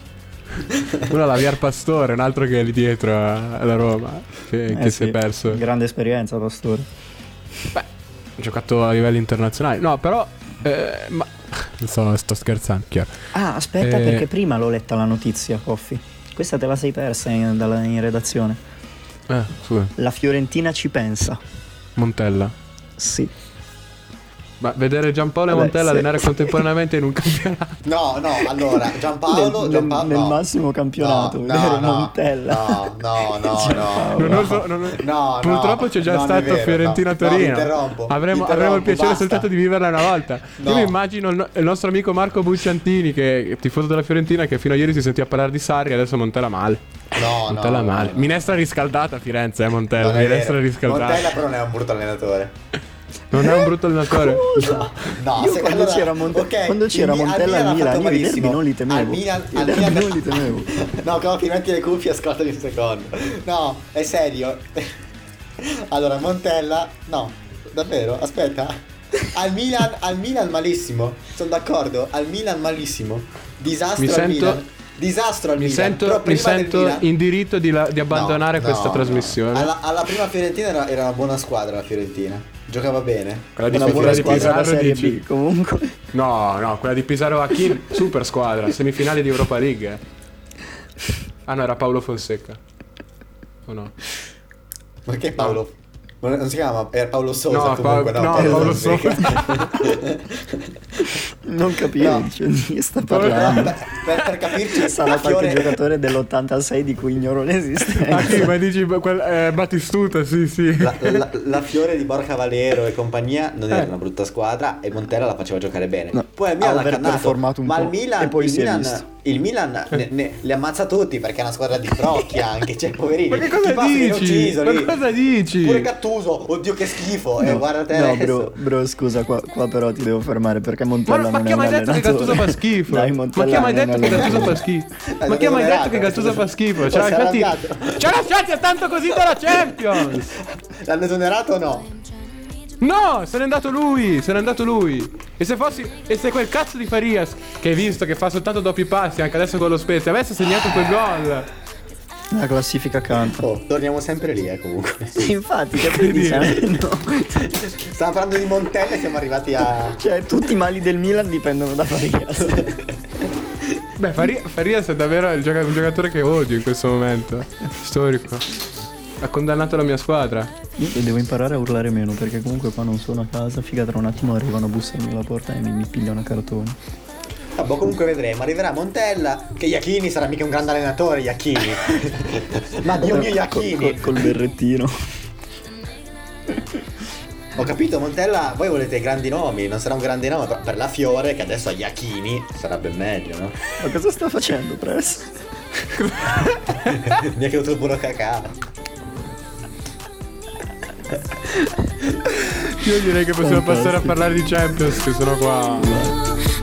Uno alla Viar Pastore, un altro che è lì dietro alla Roma, che, Eh che sì, si è perso. Grande esperienza, Pastore. Beh, ha giocato a livelli internazionali. No, però... Eh, ma... Non so, sto scherzando, chiaro. Ah, aspetta, Eh, perché prima l'ho letta la notizia, Coffi. Questa te la sei persa in, dalla- in redazione. Eh, scusa. La Fiorentina ci pensa. Montella. Sì. Ma vedere Giampaolo e Vabbè, Montella se- allenare contemporaneamente in un campionato. No, no, allora, Giampaolo, nel, Giampaolo nel no. massimo campionato, No, vedere no, no, Montella. No, no, no, no. Non no. oso- non- No, Purtroppo no, c'è già non è stato vero, no. Fiorentina-Torino. No, mi interrompo, avremo, mi avremo il interrompo, piacere basta. soltanto di viverla una volta. No. Io mi immagino il, no- il nostro amico Marco Bucciantini, che è tifoso della Fiorentina, che fino a ieri si sentiva parlare di Sarri, adesso Montella male. No, Montella no, male. no, no. Minestra riscaldata a Firenze, eh, Montella. Non è Minestra vero. riscaldata. Montella però non è un brutto allenatore. Non è un brutto allenatore. No, no, Io se- quando allora, c'era, Monte- ok, quando c'era il Mi- al Montella al ha Milan, fatto io i derby malissimo. non li temevo. Al Milan, I al derby Milan non li temevo. No, Coffi, metti le cuffie e ascoltami un secondo. No, è serio. Allora, Montella, no, davvero, aspetta. Al Milan, al Milan malissimo. Sono d'accordo, al Milan malissimo. Disastro Mi al sento- Milan. Disastro al Mi Milan. sento, Però mi prima del sento Milan- in diritto di, la- di abbandonare No, questa no, trasmissione. no. Alla, alla prima Fiorentina era, era una buona squadra la Fiorentina. Giocava bene. Quella di, Una quella buona di squadra Pizarro Serie dici? B, comunque. No, no, quella di Pisaro Achin, super squadra, semifinali di Europa League. eh. Ah no, era Paolo Fonseca. O no? Ma che Paolo? Ma Non si chiama? Era Paolo Sosa No, comunque, Pa- no, no, Paolo Paolo Fonseca. Non capivo No. cioè, di chi sta Per, parlando. per- per capirci, Sarà la qualche Fiore... giocatore dell'ottantasei di cui ignoro l'esistenza. Ah sì, ma dici quel, eh, Battistuta, sì sì. La, la- la Fiore di Borca Valero e compagnia non era Eh. una brutta squadra e Montella la faceva giocare bene. No, Poi al Milan ha l'ha overperformato cannato, un ma po' il Milan, e poi il si è Milan, visto. il Milan ne, ne- li ammazza tutti perché è una squadra di crocchi anche, cioè poverini. Ma che cosa Chi passa viene dici? ucciso Ma lì. cosa dici? Pure Gattuso, oddio che schifo, e guarda te No, adesso. bro, bro, scusa, qua, qua però ti devo fermare perché Ma, Montella ma non chi è ha un mai detto che allenatore. Gattuso fa schifo? Dai, ma Montella chi ha mai non è detto un che Gattuso allenatore. fa schifo? Eh, Ma chi ha mai detto l'ho che Gattuso fa schifo? Lo Ci ha si è lasciati, arrabbiato. ci ha lasciati a tanto così dalla Champions. L'hanno esonerato o no? No, se n'è andato lui, se n'è andato lui. E se fossi e se quel cazzo di Farias, che hai visto che fa soltanto doppi passi anche adesso con lo Spezia, avesse segnato quel gol. La classifica canta. Oh, torniamo sempre lì, eh, comunque. Infatti, capiti? Cioè, no. Stiamo parlando di Montella e siamo arrivati a... Cioè, tutti i mali del Milan dipendono da Farias. Beh, Fari- Farias è davvero il gioca- un giocatore che odio in questo momento. Storico. Ha condannato la mia squadra. Io devo imparare a urlare meno, perché comunque qua non sono a casa. Figa, tra un attimo arrivano a bussarmi alla porta e mi, mi pigliano a cartoni. Vabbè, ah, comunque vedremo. Arriverà Montella, che Iachini sarà mica un grande allenatore, Iachini. Ma Dio mio, Iachini. Col, col berrettino. Ho capito, Montella, voi volete grandi nomi, non sarà un grande nome, però per la Fiore, che adesso ha Iachini, sarebbe meglio, no? Ma cosa sta facendo, Press? Mi è caduto il burro cacao. Io direi che possiamo Fantastico. passare a parlare di Champions, che sono qua.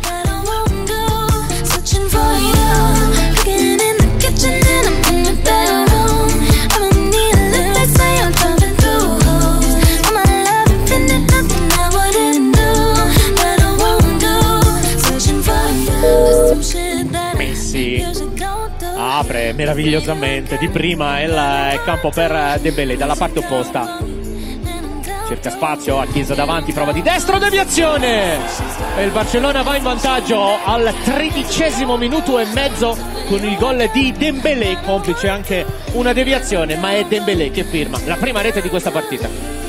Messi apre meravigliosamente di prima il campo per Dembélé dalla parte opposta, cerca spazio a Chiesa davanti, prova di destro, deviazione e il Barcellona va in vantaggio al tredicesimo minuto e mezzo con il gol di Dembélé, complice anche una deviazione, ma è Dembélé che firma la prima rete di questa partita.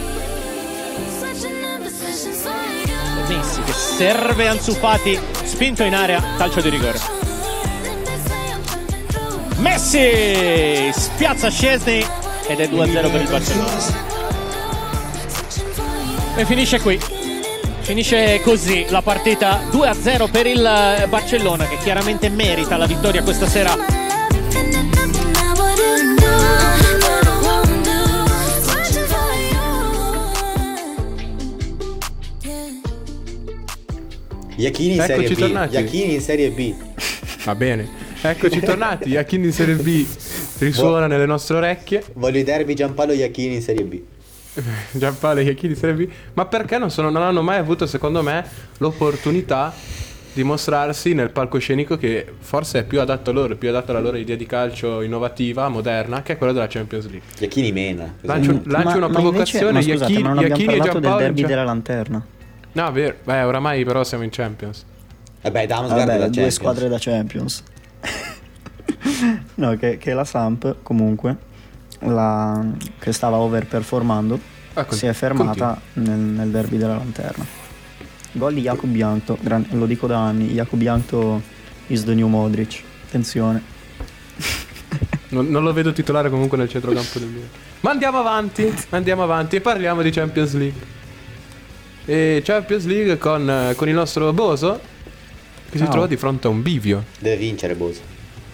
Messi che serve Ansu Fati, spinto in area, calcio di rigore. Messi spiazza Szczesny ed è due a zero per il Barcellona. E finisce qui. Finisce così la partita, due a zero per il Barcellona, che chiaramente merita la vittoria questa sera. Iachini in Eccoci Serie B. tornati. Iachini in Serie B. Va bene. Eccoci tornati. Iachini in Serie B risuona nelle nostre orecchie. Voglio i derby Giampaolo Iachini in Serie B. Giampaolo e Iachini in Serie B. Ma perché non, sono, non hanno mai avuto, secondo me, l'opportunità di mostrarsi nel palcoscenico che forse è più adatto a loro, più adatto alla loro idea di calcio innovativa, moderna, che è quella della Champions League. Iachini mena. Lancio, lancio una ma provocazione. invece, ma scusate, Iachini, ma non abbiamo Iachini e parlato del Giampaolo. derby cioè- della lanterna. No, vero. Beh, oramai però siamo in Champions. Vabbè, Damsgaard Vabbè, da due Champions. squadre da Champions. No, che, che la Samp comunque la, che stava overperformando Ah, con- si è fermata nel, nel derby della lanterna. Gol di Jakub Jankto, gran- lo dico da anni, Jakub Jankto is the new Modric. Attenzione. Non, non lo vedo titolare comunque nel centrocampo del Milan. Ma andiamo avanti, andiamo avanti e parliamo di Champions League. E Champions League con, eh, con il nostro Boso, che si Ciao. trova di fronte a un bivio. Deve vincere Boso.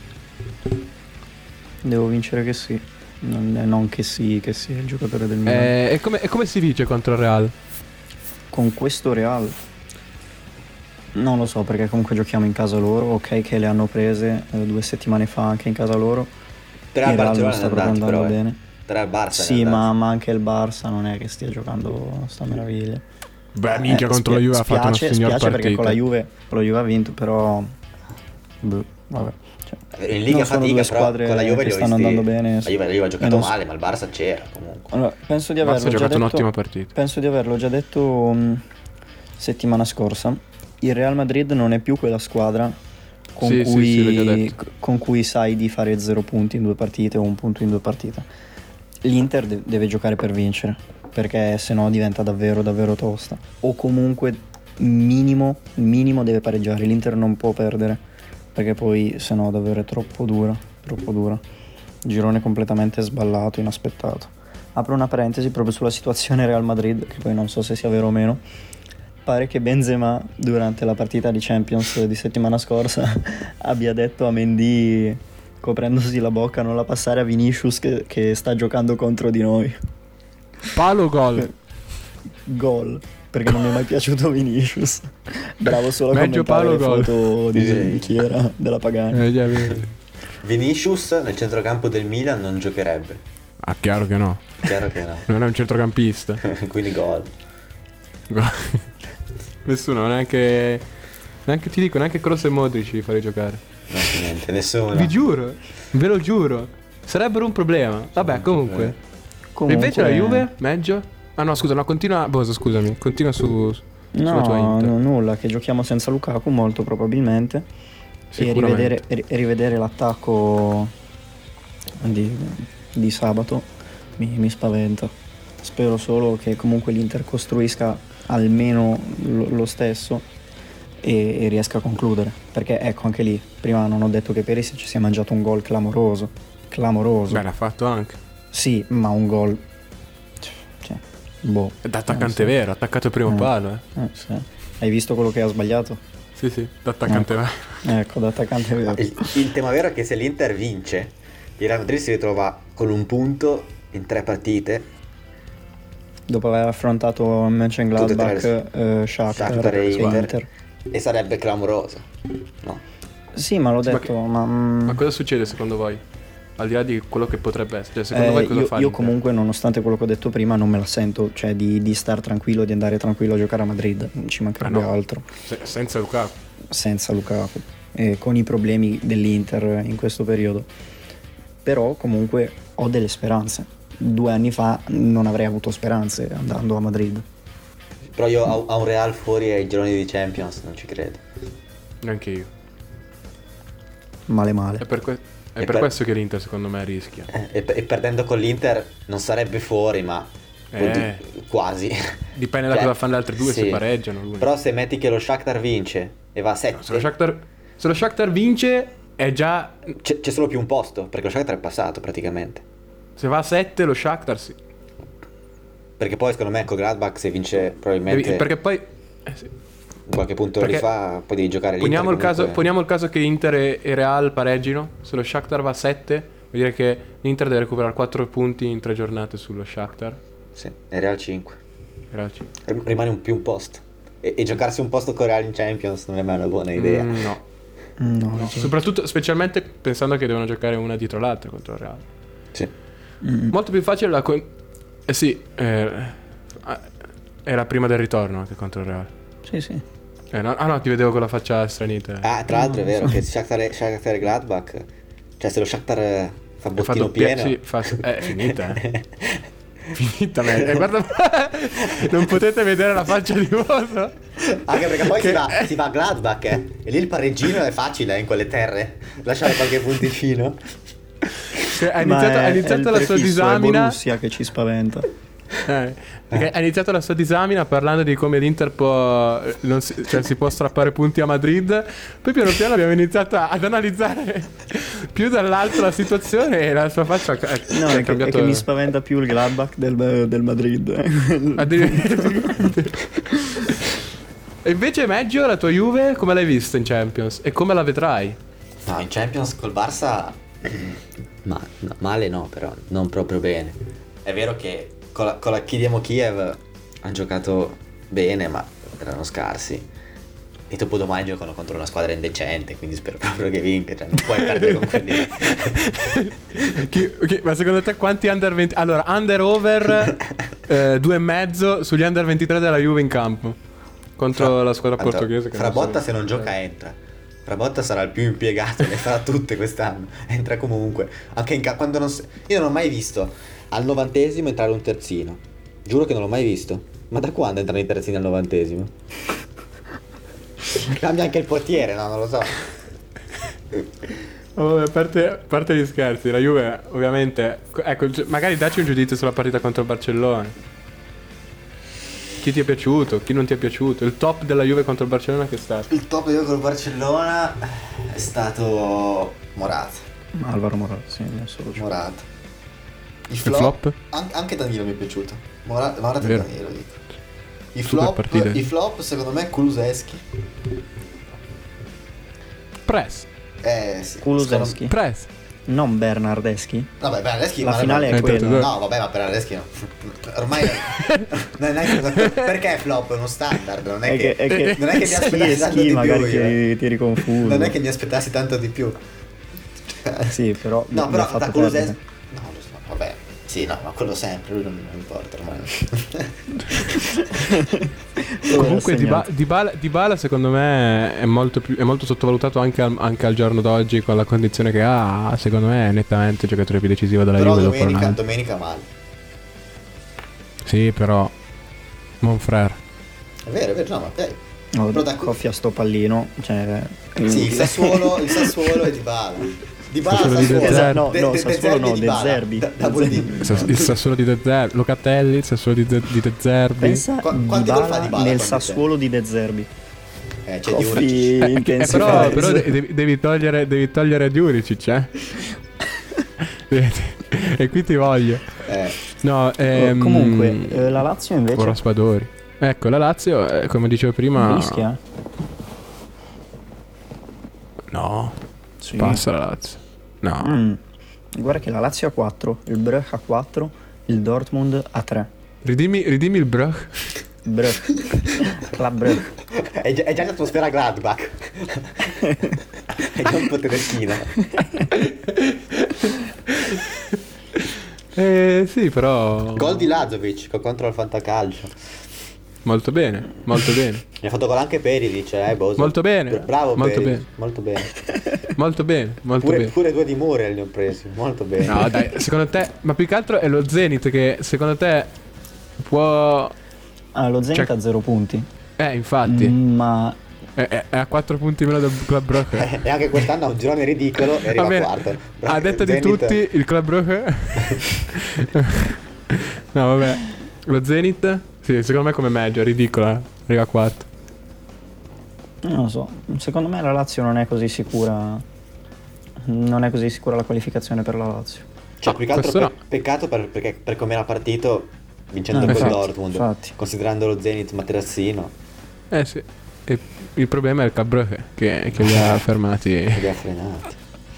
Devo vincere che sì. Non, eh, non che sì, che sì, è il giocatore del Milan. Eh, e, come, e come si vince contro il Real? Con questo Real non lo so, perché comunque giochiamo in casa loro. Ok che le hanno prese eh, due settimane fa anche in casa loro. Però il il Real Barcellona non è sta proprio andato, andando però, eh. bene. Però il Barça Sì, ma, ma anche il Barça non è che stia giocando sta meraviglia. Beh, minchia, Eh, contro spia- la Juve ha fatto una spiace, signor spiace partita. perché con la Juve, con la Juve ha vinto, però boh, vabbè. Cioè, in Liga non sono fatica, due però squadre con la Juve che li ho stanno visti- andando bene. La Juve, la Juve ha E giocato non so- male, ma il Barça c'era comunque. Allora, penso di Barça averlo ha già giocato detto, un'ottima partita. penso di averlo già detto mh, settimana scorsa. Il Real Madrid non è più quella squadra con, Sì, sì, cui, sì, l'ho già detto. con cui sai di fare zero punti in due partite o un punto in due partite. L'Inter de- deve giocare per vincere, perché se no diventa davvero davvero tosta. O comunque minimo, minimo deve pareggiare. L'Inter non può perdere, perché poi se no davvero è troppo dura, troppo dura. Girone completamente sballato, inaspettato. Apro una parentesi proprio sulla situazione Real Madrid, che poi non so se sia vero o meno. Pare che Benzema durante la partita di Champions di settimana scorsa abbia detto a Mendy, coprendosi la bocca, non la passare a Vinicius che, che sta giocando contro di noi. Palo gol. Gol, perché non mi è mai piaciuto Vinicius. Bravo solo a Meglio commentare palo, le gol. foto di, Sì. di chi era, della Pagani. Eh, già, vero. Vinicius nel centrocampo del Milan non giocherebbe. Ah, chiaro che no. Chiaro che no. Non è un centrocampista. Quindi gol. Nessuno, neanche. Neanche ti dico, neanche Kroos e Modric li farei giocare. No, niente, nessuno. Vi giuro, ve lo giuro. Sarebbero un problema. Vabbè, comunque. E Comunque, invece la Juve, meglio? Ah no, scusa, no, continua. Bosa, scusami, continua su. sulla No, tua Inter. no, nulla, che giochiamo senza Lukaku molto probabilmente. E Sicuramente. rivedere, e rivedere l'attacco di, di sabato mi, mi spaventa. Spero solo che comunque l'Inter costruisca almeno lo, lo stesso e, e riesca a concludere, perché ecco, anche lì prima non ho detto che Perisic ci si è mangiato un gol clamoroso clamoroso. Beh, l'ha fatto anche. Sì, ma un gol, cioè, boh, Da attaccante eh, sì. vero, attaccato al primo Eh, palo, eh. eh, sì. Hai visto quello che ha sbagliato? Sì, sì, da attaccante Ecco. vero. Ecco, da attaccante vero. Il, il tema vero è che se l'Inter vince, il Real Madrid si ritrova con un punto in tre partite, Dopo aver affrontato Mönchengladbach, Tutte eh, Shakhtar, Shakhtar e e Inter. Inter. e sarebbe clamoroso. No. Sì, ma l'ho Sì, ma detto, che- ma... mm, Ma cosa succede secondo voi? Al di là di quello che potrebbe essere, cioè secondo eh, voi cosa io, fa io l'Inter? comunque, nonostante quello che ho detto prima, non me la sento, cioè di, di star tranquillo, di andare tranquillo a giocare a Madrid, non ci mancherebbe Ah, no. altro, Se- senza Lukaku. senza Lukaku e con i problemi dell'Inter in questo periodo. Però comunque ho delle speranze. Due anni fa non avrei avuto speranze andando a Madrid. Però io a, a un Real fuori ai gironi di Champions non ci credo. Neanche io. Male male. È per, que- è E per per- questo che l'Inter secondo me rischia. Eh, e, e perdendo con l'Inter non sarebbe fuori, ma Eh. oddio, quasi. Dipende da Cioè, cosa fanno le altre due, sì. se pareggiano l'una. Però se metti che lo Shakhtar vince e va a sette, Se lo Shakhtar, se lo Shakhtar vince è già... c'è, c'è solo più un posto, perché lo Shakhtar è passato praticamente. Se va a sette lo Shakhtar sì. Perché poi secondo me con Gladbach se vince probabilmente Devi- perché poi... eh sì. qualche punto perché- rifà, poi devi giocare l'Inter. Poniamo il, caso, comunque. poniamo il caso che Inter e, e Real pareggino. Se lo Shakhtar va a sette, vuol dire che l'Inter deve recuperare quattro punti in tre giornate sullo Shakhtar. Sì, e Real cinque. Real cinque. Rim- Rimane un più un posto. E, e giocarsi un posto con Real in Champions non è mai una buona idea. Mm, no. No, No, soprattutto, specialmente pensando che devono giocare una dietro l'altra contro il Real. Sì. Molto più facile la... con- eh sì, eh, era prima del ritorno anche contro il Real. Sì, sì. Eh, no, ah no, ti vedevo con la faccia stranita. Ah, tra l'altro è vero che Shakhtar e, Shakhtar e Gladbach, cioè se lo Shakhtar fa Fa bottino doppia- pieno, sì, fa- è finita, eh. Finita, me- eh, guarda, non potete vedere la faccia di Voso. anche perché poi si Che- va, si va a Gladbach, eh. E lì il pareggino è facile, eh, in quelle terre, lasciare qualche punticino. Cioè, ha Ma iniziato, è- ha iniziato è il la sua prefisso, è disamina. Borussia che ci spaventa. Eh, perché ha iniziato la sua disamina parlando di come l'Inter può non si, cioè si può strappare punti a Madrid. Poi piano piano abbiamo iniziato a- ad analizzare più dall'alto la situazione e la sua faccia è, No, è è che, è cambiato. che mi spaventa più il Gladbach del, del Madrid. Addirittura. E invece Meggio, la tua Juve come l'hai vista in Champions e come la vedrai? No, in Champions col Barça ma, no, male no, però non proprio bene. È vero che con la, con la Dinamo Kiev hanno giocato bene, ma erano scarsi. E dopo domani giocano contro una squadra indecente, quindi spero proprio che vinca, cioè non puoi perdere con quelli. Chi- chi- ma secondo te quanti under venti? Allora, under over eh, due e mezzo sugli under ventitré della Juve in campo contro Fra- la squadra Tanto, portoghese. Che non Frabotta so- se non gioca entra. Frabotta sarà il più impiegato, le farà tutte quest'anno. Entra comunque. Anche in ca- quando non si- Io non ho mai visto al novantesimo entrare un terzino. Giuro che non l'ho mai visto. Ma da quando entrano i terzini al novantesimo? Cambia anche il portiere, no? Non lo so. Oh, vabbè, a parte, a parte gli scherzi, la Juve ovviamente. Ecco, gi- magari dacci un giudizio sulla partita contro il Barcellona. Chi ti è piaciuto? Chi non ti è piaciuto? Il top della Juve contro il Barcellona che è stato? Il top io col Barcellona è stato Morata. Alvaro Morata, sì, solo giù. Morata. Il Il flop? An- anche Danilo mi è piaciuto. Morata, Morata e Vero. Danilo dico. I Super flop, partite. I flop secondo me Kulusevski. Press. Eh sì. Kulusevski. Press. Non Bernardeschi. Vabbè, Bernardeschi La ma- finale Eh, è quella. due. No, vabbè, ma Bernardeschi no. Ormai non è che- perché è flop? È uno standard, non è, È che, che, è che, non è che mi sì, aspettassi tanto Eschi di magari più. io. ti, ti riconfuso. Non è che mi aspettassi tanto di più. Sì, però No, mi però ha fatto da Kulusevski. perdere. No, lo so, vabbè. Sì, no, ma quello sempre, lui non, non importa ormai. Comunque Segnato. Dyba- Dybala, Dybala secondo me è molto, più, è molto sottovalutato anche al, anche al giorno d'oggi con la condizione che ha. Secondo me è nettamente il giocatore più decisivo della Però Juve dopo domenica, Ronaldo. domenica male. Sì, però Monfrère. È vero, è vero, no, ma ok. No, Però da- coffia sto pallino, cioè Sì, il Sassuolo, il Sassuolo e Dybala. Dybala Sassuolo di Sassuolo. De Zerbi. No, De- no, De- Sassuolo no, De De Dybala. Zerbi. Da- Double D. Il Sassuolo di De Zerbi, Locatelli, il Sassuolo di De, di De Zerbi. Pensa Qua- quanti gol fa Dybala Dybala nel quando Sassuolo di De Zerbi. Eh, c'è di Coffee Eh, intensifiers. però, però de- devi, devi togliere devi togliere Juricic, eh? E qui ti voglio. Eh, No, ehm, Comunque, eh, la Lazio invece con Raspadori. Ecco, la Lazio, eh, come dicevo prima, rischia. no, Sì. passa la Lazio. No. Mm. Guarda che la Lazio ha quattro, il Brugge ha quattro, il Dortmund ha tre. Ridimmi, ridimmi il Brugge. Brugge. Club Brugge. è, già, è già l'atmosfera Gladbach. È già un po' tedeschina. Eh sì, però Gol di Lazovic contro il Fantacalcio. molto bene, molto bene. Mi ha fatto gol anche Perisic, eh, Boso. Molto bene, Bravo molto Perisic, bene. molto bene. Molto bene, molto Pure, bene. pure due di Muriel li ho presi, molto bene. No, dai, secondo te, ma più che altro è lo Zenit che secondo te può Ah, lo Zenit Cioè- ha zero punti. eh, infatti, Mm, ma è, è- è a quattro punti meno del Club Brugge. E anche quest'anno ha un girone ridicolo e arriva Va bene. quarto. A detta di Zenit- tutti, il Club Brugge. No, vabbè. Lo Zenit, sì, secondo me come meglio, è ridicola. Arriva a quarto. non lo so, secondo me la Lazio non è così sicura. Non è così sicura la qualificazione per la Lazio. Cioè, No, più che altro questo pe- no. peccato per, perché, per come era partito vincendo Eh, col infatti, Dortmund. infatti. Considerando lo Zenit materassino, Eh sì. E il problema è il Club Brugge che, che li ha fermati. che li ha frenati.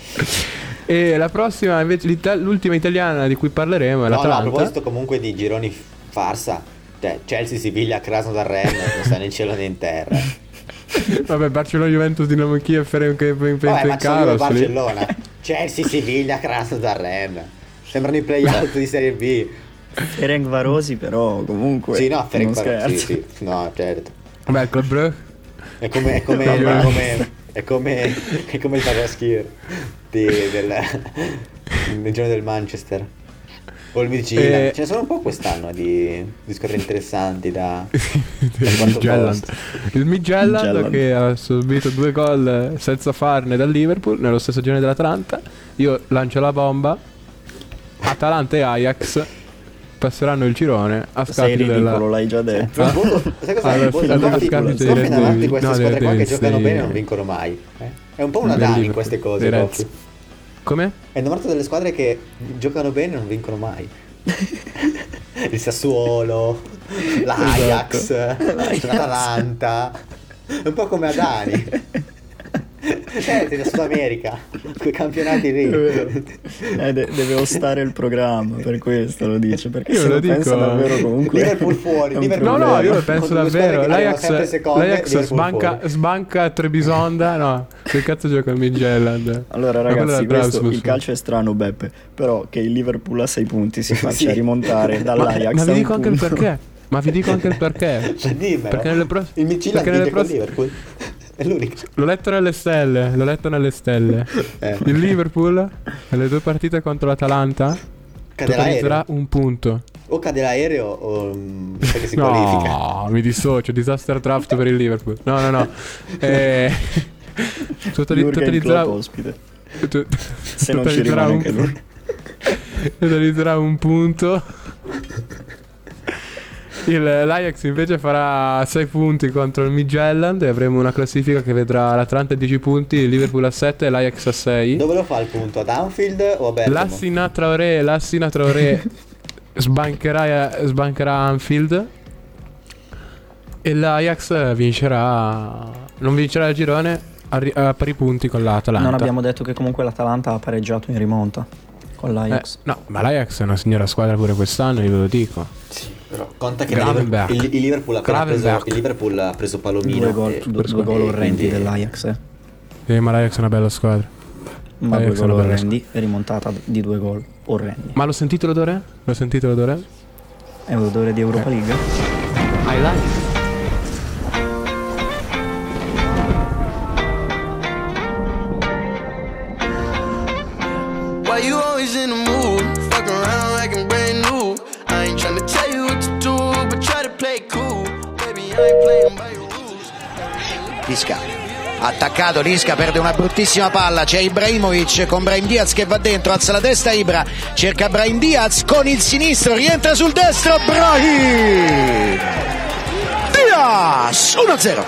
E la prossima, invece, l'Ita- l'ultima italiana di cui parleremo è No, no, a l'Atalanta. proposito comunque di gironi f- farsa, cioè Chelsea, Siviglia, Krasnodar, Rennes, non sta né in cielo né in terra. Vabbè, Barcellona, Juventus, Dinamo Kiev, Ferenc Vabbè, ma ci sono io Caros. Barcellona. Chelsea, Siviglia, Krasnodar, Rennes. Sembrano i play-out di Serie B. Ferenc Varosi però comunque Sì, no, Ferenc non Varosi, scherzo. sì, sì. No, certo. Vabbè, il Club Brugge. È come, è come, è come, è come, è come il Tavaschir di, del, del giorno del Manchester. O il Midtjylland. Eh. Ce ne sono un po' quest'anno di, di squadre interessanti da, da il quarto Midtjylland. posto. Il Midtjylland Midtjylland. che ha subito due gol senza farne dal Liverpool nello stesso girone dell'Atalanta. Io lancio la bomba. Atalanta e Ajax passeranno il girone a Sei scapito ridicolo, della... l'hai già detto. Però Bodo, sai cos'è? Alla- Bodo, alla- Conti- alla- Conti alla- davanti queste no, squadre qua che Davis, giocano dei- bene non vincono mai. eh. È un po' una del Dani in Liverpool, queste cose, dei Reds. Coffi. Come? È innamorato delle squadre che giocano bene e non vincono mai. Il Sassuolo, l'Ajax, l'Atalanta. È un po' come Adani. Eh, sei da Sud America, quei campionati lì. Eh, de- deve ostare il programma, per questo lo dice, perché Io se lo lo dico. pensa davvero comunque Liverpool fuori, è un Liverpool No, no, problema. io lo penso Contro due squadre davvero. che arrivano sempre L'Ajax, seconde, l'Ajax Liverpool sbanca, fuori. sbanca Trebisonda. No, che cazzo gioca il Midtjylland? Allora Ma quello ragazzi, era questo, Rasmus. il calcio è strano Beppe, però che il Liverpool a sei punti si faccia Sì. rimontare Ma, dall'Ajax ma a vi un dico anche il punto. perché. Ma vi dico anche il perché. Cioè, dimmelo. Perché nelle pro- il Midtjylland perché nelle vince con pro- Liverpool. È l'unico. L'ho letto nelle stelle, l'ho letto nelle stelle. Eh. Il Liverpool nelle due partite contro l'Atalanta Cade totalizzerà l'aereo. un punto. O cade l'aereo o mm, sai che si qualifica. No, mi dissocio, disaster draft per il Liverpool. No, no, no. Eh, totali- Jürgen totalizzerà Klopp ospite. to- Se non ci totalizzerà rimane un anche lui. totalizzerà un punto. Il, L'Ajax invece farà sei punti contro il Midtjylland e avremo una classifica che vedrà l'Atalanta a dieci punti, il Liverpool a sette e l'Ajax a sei. Dove lo fa il punto? Ad Anfield o a Bergamo? Lassina Traoré, Lassina Traoré sbancherà, sbancherà Anfield e l'Ajax vincerà, non vincerà il girone a, ri- a pari punti con l'Atalanta. Non abbiamo detto che comunque l'Atalanta ha pareggiato in rimonta con l'Ajax. Eh, no, ma l'Ajax è una signora squadra pure quest'anno, io ve lo dico. Sì, però conta che il Gravenberch. Liverpool, il, il Liverpool ha appena preso, Gravenberch. il Liverpool ha preso Palomino. Due gol, e- due, due e gol orrendi quindi- dell'Ajax, eh. Eh, ma l'Ajax è una bella squadra. Ma L'Ajax due è gol una bella orrendi e rimontata di due gol orrendi. Ma l'ho sentito l'odore? L'ho sentito l'odore? È un odore di Europa Eh. League? I like. Why you always in the mood? Fuck around like I'm brand new. I ain't tryna tell you what to do, but try to play cool. Baby, I ain't playing by your rules. Visca, attaccato, Lisca perde una bruttissima palla, c'è Ibrahimovic con Brahim Diaz che va dentro, alza la testa Ibra, cerca Brahim Diaz con il sinistro, rientra sul destro, Brahim Diaz, uno a zero.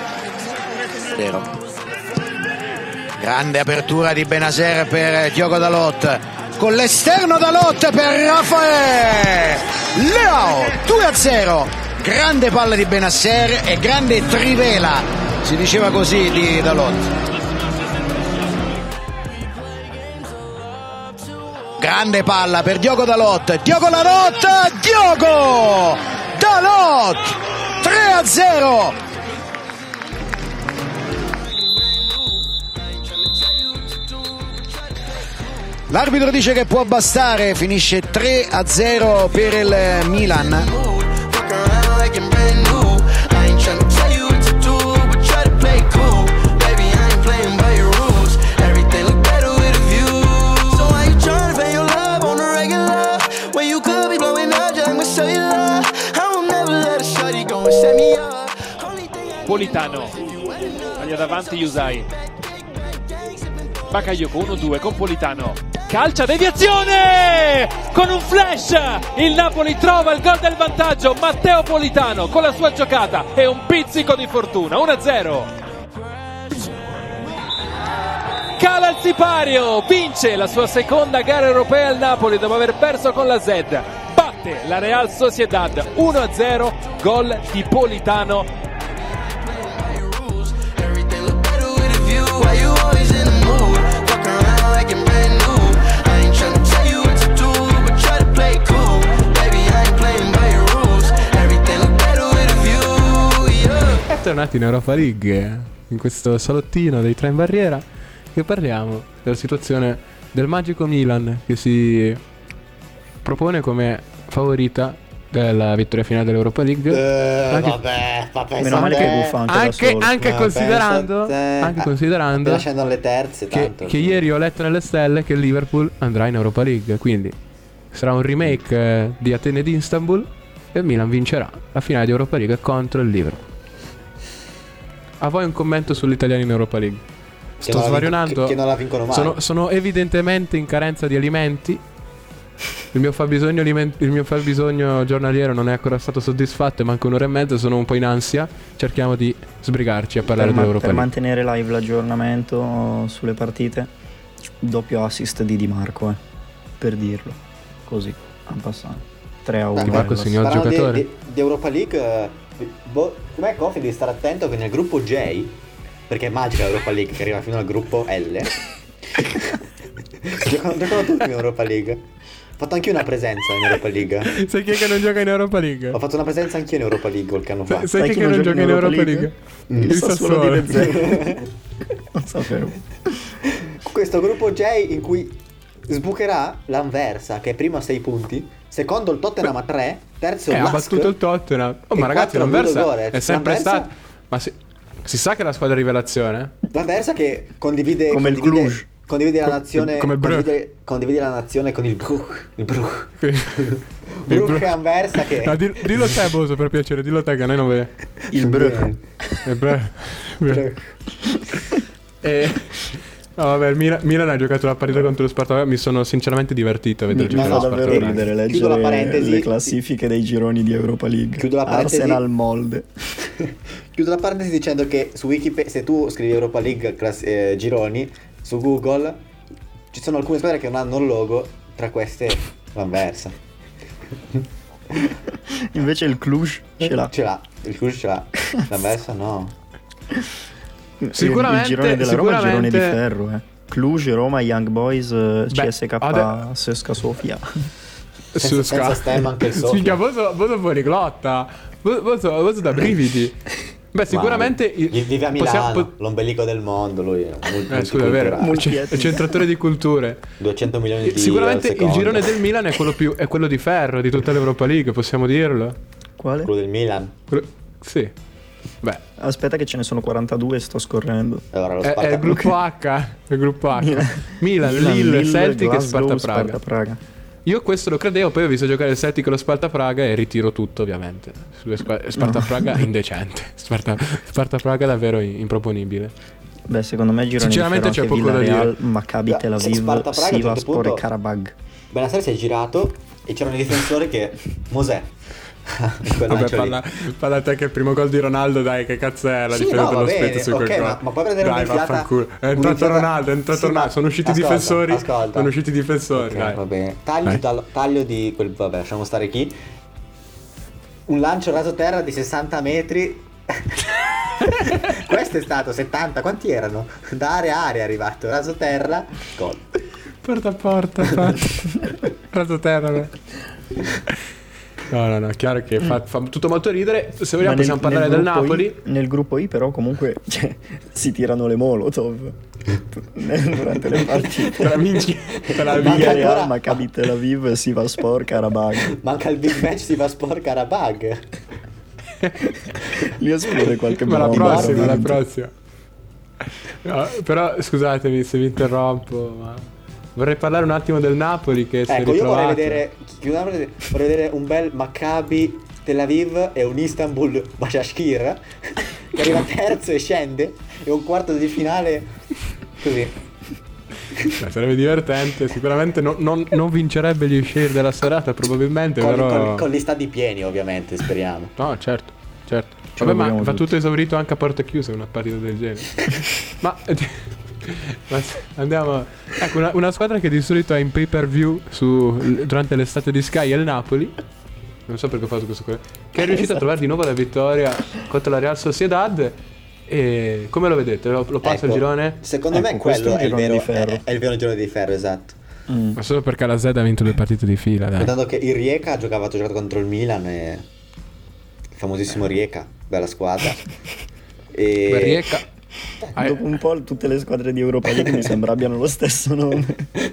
Grande apertura di Benazer per Diogo Dalot, con l'esterno Dalot per Rafael Leao, due a zero. Grande palla di Benasser e grande trivela, si diceva così, di Dalot. Grande palla per Diogo Dalot, Diogo Dalot, Diogo Dalot, tre a zero. L'arbitro dice che può bastare, finisce tre a zero per il Milan. Politano, taglia davanti Yusai, Bakayoko uno due con Politano, calcia, deviazione con un flash, il Napoli trova il gol del vantaggio, Matteo Politano con la sua giocata e un pizzico di fortuna, uno a zero. Cala il sipario, vince la sua seconda gara europea al Napoli dopo aver perso con la Z, batte la Real Sociedad uno a zero, gol di Politano. Tornati in Europa League, in questo salottino dei tre in barriera, che parliamo della situazione del magico Milan che si propone come favorita della vittoria finale dell'Europa League. Eh, anche, vabbè, vabbè, meno male che buffa anche, anche, da solo. anche Ma considerando, pensa a te. anche considerando Appena scendono le terze, che, tanto, che sì. ieri ho letto nelle stelle che il Liverpool andrà in Europa League, quindi sarà un remake eh, di Atene di Istanbul e il Milan vincerà la finale di Europa League contro il Liverpool. A voi un commento sugli italiani in Europa League? Che Sto non la svarionando. vinco- che- che non la vincono mai. Sono, sono evidentemente in carenza di alimenti. Il mio fabbisogno, aliment- il mio fabbisogno giornaliero non è ancora stato soddisfatto e manca un'ora e mezza, sono un po' in ansia. Cerchiamo di sbrigarci a parlare Per, ma- dell'Europa per League. mantenere live l'aggiornamento sulle partite, doppio assist di Di Marco, eh, per dirlo così, en passant. tre a uno. Di Marco, signor Parlando di- giocatore. Di, di Europa League, eh, boh, com'è Coffee devi stare attento che nel gruppo J, perché è magica l'Europa League che arriva fino al gruppo L, giocano, giocano tutti in Europa League. Ho fatto anche una presenza in Europa League. Sai chi è che non gioca in Europa League? Ho fatto una presenza anch'io in Europa League qualche anno fa. Sai, sai chi, che non gioca in Europa League? Mm. Il Sassuolo. Non sapevo. Questo gruppo J in cui sbucherà l'Anversa che è primo a sei punti, secondo il Tottenham a tre, terzo Eh, il ha Lask. battuto il Tottenham. Oh, ma e ragazzi, quattro a l'Anversa Ludogorets. è sempre L'Anversa- stato. Ma si, si sa che è la squadra rivelazione? L'Anversa che condivide Come il condivide, Cluj. condivide la Co- nazione come il Brugge. condivide, condivide la nazione con il Brugge. Il Brugge. Il Brugge Bru- e Anversa che No, dillo, dillo te, Boso, per piacere, dillo te che a noi non vede. Il Brugge. Eh, bre- bre- E no, vabbè, il Milan, Milan ha giocato la partita contro lo Sparta. Mi sono sinceramente divertito a vedere Mi, mi giocare fa lo davvero Sparta. ridere Chiudo la leggere parentesi. le classifiche dei gironi di Europa League. Chiudo la parentesi. Arsenal Molde. Chiudo la parentesi dicendo che su Wikipedia, se tu scrivi Europa League class- eh, gironi su Google, ci sono alcune squadre che non hanno il logo, tra queste l'Anversa. Invece il Cluj ce l'ha. Ce l'ha, il Cluj ce l'ha, l'Anversa no. Sicuramente- il girone della Roma è il girone di sicuramente- ferro, eh. Cluj, Roma, Young Boys, eh, Beh, C S K, ade- Sesca Sofia. Senza- senza stemma anche il Sofia. Minchia, Boso, Boso fuori glotta. Boso, Boso, Boso da brividi. Beh, sicuramente Ma, il- vive a Milano, possiamo- po- l'ombelico del mondo, lui è multi- Eh, scusa, è vero, multiculturale. è centratore di culture. duecento milioni di Sicuramente al il secondo. girone del Milan è quello più è quello di ferro di tutta l'Europa League, possiamo dirlo. Quale? Quello del Milan. Quello- Sì. Beh, Aspetta che ce ne sono quarantadue, sto scorrendo. Allora, lo è, è Sparta il gruppo H, è il gruppo H. Milan, Lille, Celtic e Sparta Praga. Sparta Praga. Io questo lo credevo, poi ho visto giocare il Celtic e lo Sparta Praga e ritiro tutto, ovviamente. Sulle squa- Sparta Praga indecente. Sparta, Sparta Praga davvero improponibile. Beh, secondo me girano Sinceramente c'è poco da dire. Maccabi Tel Aviv, Sparta Praga, a un certo Sivaspor punto- e Karabag. Benasser si è girato e c'erano i difensori che... Mosè. In quel Vabbè, lancio lì. parla, parla te che il primo gol di Ronaldo, dai, che cazzo è la Sì, difesa no, va dello bene, spetto su quel ok, gol. ma- ma puoi prendere dai, un'infiata- vaffanculo. È entrato un'infiata- Ronaldo, è entrato Sì, Ronaldo, ma- sono usciti i ascolta, difensori, ascolta. sono usciti i difensori, Ok, dai. va bene. Taglio, Dai. dal- taglio di quel... Vabbè, lasciamo stare chi. Un lancio raso terra di sessanta metri. Questo è stato settanta, quanti erano? Da area a area è arrivato, raso terra, gol. Porta a porta, raso terra. beh. No, no, no, chiaro che fa, fa tutto molto ridere. Se vogliamo Ma nel- possiamo parlare nel del gruppo Napoli. I, nel gruppo I però comunque cioè, si tirano le molotov durante le partite. Tra minchia, tra Liga Manca Real, ancora- Maccabi Tel Aviv, Sivaspor, Karabag. Manca il big match di Vaspor Karabag. Lì esplode qualche Ma la bomba, prossima, la veramente. prossima. No, però scusatemi se vi interrompo, ma vorrei parlare un attimo del Napoli che si è Ecco, io vorrei ritrovato. vedere, chiudiamo- vorrei vedere un bel Maccabi Tel Aviv e un Istanbul Başakşehir che arriva terzo e scende, e un quarto di finale così. Beh, sarebbe divertente, sicuramente non, non, non vincerebbe gli usciri della serata probabilmente, Con, però... con- con gli stadi pieni, ovviamente, speriamo. No, certo, certo. Ce Vabbè, lo ma vogliamo va tutti. tutto esaurito anche a porte chiuse una partita del genere. ma, ma andiamo... Ecco, una, una squadra che di solito è in pay per view su, durante l'estate di Sky è il Napoli. Non so perché ho fatto questo qua. Che è riuscito a trovare di nuovo la vittoria contro la Real Sociedad. E come lo vedete? Lo, lo passa Ecco, il girone? Secondo Ecco, me questo quello è è un il, girone vero, di ferro. è, è il vero girone di ferro, esatto. Mm. Ma solo perché la Z ha vinto due partite di fila, dai. Notando che il Rijeka ha giocato, ha giocato contro il Milan, e... il famosissimo Rijeka, bella squadra. E... Beh, Rijeka. Ah, Dopo un po' tutte le squadre di Europa League mi sembra abbiano lo stesso nome.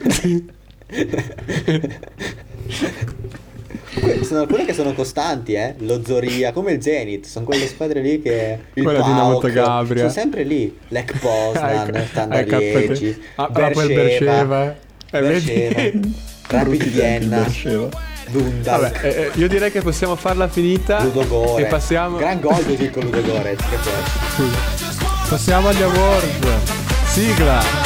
Que- sono alcune che sono costanti, eh. Lo Zoria, come il Zenit, sono quelle squadre lì che il Quella di Dinamo PAOK, Zagabria. sono sempre lì. Lech Poznan, Ecco, Standard ecco, Liegi, ah, proprio il Beersheva, eh. Eh, Beersheva, vedi? Rapid Vienna, Beersheva. Dundalk, Vabbè, eh, eh, io direi che possiamo farla finita Ludogorets. e passiamo Gran gol di Vico Ludogorets, che poi. passiamo agli awards. Sigla.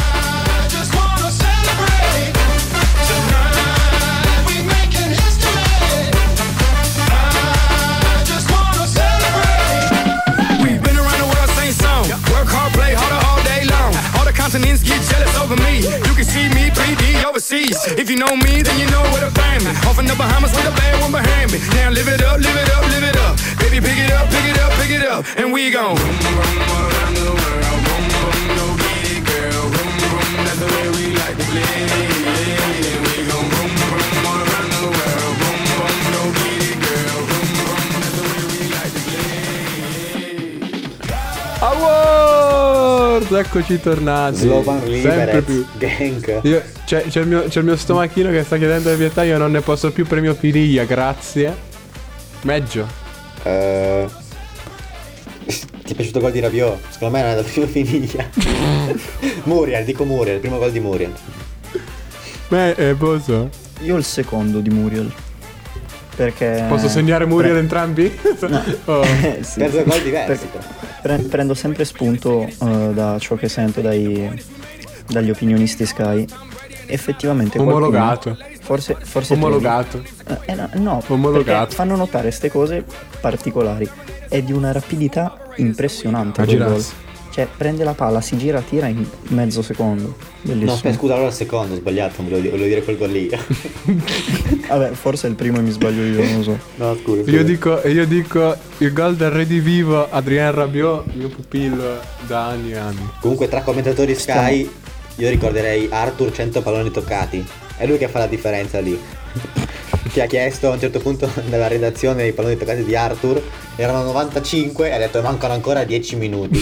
We've been around the world, same song. Work hard, play harder all day long. All the continents get jealous over me. You can see me three D overseas. If you know me, then you know where to find me. Off in the Bahamas with a bad one behind me. Now live it up, live it up, live it up. Baby, pick it up, pick it up, pick it up. And we gon' boom, boom, all around the world. Boom, boom, go get it, girl. Boom, boom, that's the way we like to play. We gon' boom, boom, all around the world. Boom, boom, go get it, girl. Boom, boom, that's the way we like to play. Awards! Eccoci tornati. Slovan Sempre Liberec, più. Genk. Io, c'è, c'è, il mio, c'è il mio stomachino che sta chiedendo di pietà. Io non ne posso più, premio Piniglia, grazie. Meggio. Eh, Ti è piaciuto il gol di Rabiot? Secondo me non è da prima finiglia. Muriel, dico Muriel, il primo gol di Muriel. Beh, eh, Boso, Io il secondo di Muriel. Perché posso segnare Muriel pre- entrambi? No. Oh. Eh, sì. Terzo gol diversi, Per- però. pre- prendo sempre spunto eh, da ciò che sento dai, dagli opinionisti Sky. Effettivamente qualcuno- Omologato. Forse, forse Omologato. credi- eh, no, no, Omologato. perché fanno notare queste cose particolari. È di una rapidità impressionante A quel gol. girarsi. Cioè prende la palla, si gira, tira in mezzo secondo. Bellissimo. No, aspetta, scusa, allora il secondo, ho sbagliato, volevo dire, volevo dire quel gol lì. Vabbè, forse è il primo e mi sbaglio io, non lo so. No, scusa. Io dico, io dico il gol del redivivo Adrien Rabiot, mio pupillo da anni e anni. Comunque tra commentatori Sky io ricorderei Arthur cento palloni toccati. È lui che fa la differenza lì. Che ha chiesto a un certo punto nella redazione i palloni toccati di Arthur, erano novantacinque e ha detto mancano ancora dieci minuti.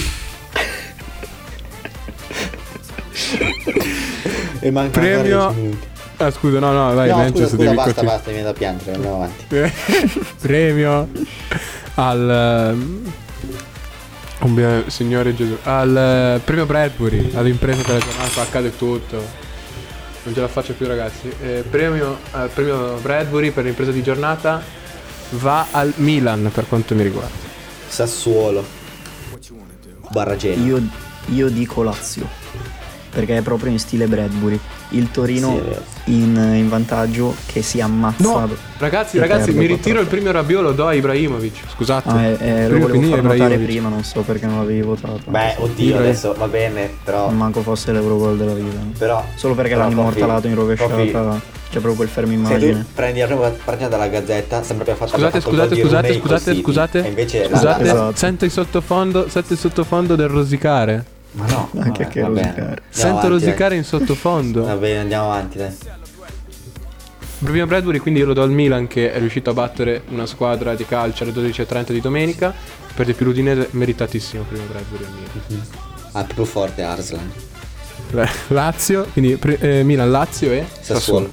E mancano Premio- ancora dieci minuti. Ah scusa, no no, vai, No, Manchester, scusa, scusa, devi basta, continuare. basta, mi viene da piangere, andiamo avanti. Premio al ehm, oh mio signore Gesù, al eh, premio Bradbury all'impresa della giornata. Accade tutto, non ce la faccio più, ragazzi. Eh, premio, eh, premio Bradbury per l'impresa di giornata va al Milan per quanto mi riguarda. Sassuolo barra Genoa. Io, io dico Lazio, perché è proprio in stile Bradbury. Il Torino Sì, in, in vantaggio che si ammazza. No, ragazzi, ragazzi, mi ritiro il premio Rabiot, lo do a Ibrahimovic. Scusate. Ah, eh, eh, lo Prima volevo finire far notare Ibrahimovic. prima, non so perché non l'avevi votato. Beh, oddio, adesso va bene, però. Manco fosse l'Eurogol della vita. Però Solo perché però, l'hanno immortalato in rovesciata. Coffee, C'è proprio il fermo se immagine. tu prendi la prima pagina della Gazzetta, sembra che abbia fatto Scusate, abbia fatto scusate, un po' di scusate, Rooney col scusate, City. scusate. E invece la- Scusate, la- Esatto. sento il sottofondo, sento il sottofondo del rosicare. Ma no, Anche vabbè, che va bene. rosicare. Andiamo Sento avanti, rosicare dai. in sottofondo. Va bene, andiamo avanti, dai. Il premio Bradbury, quindi io lo do al Milan, che è riuscito a battere una squadra di calcio alle dodici e trenta di domenica. Per di più l'Udinese, meritatissimo il premio Bradbury al Milan. Ah, più forte Arslan. Lazio, quindi pre- eh, Milan, Lazio e Sassuolo.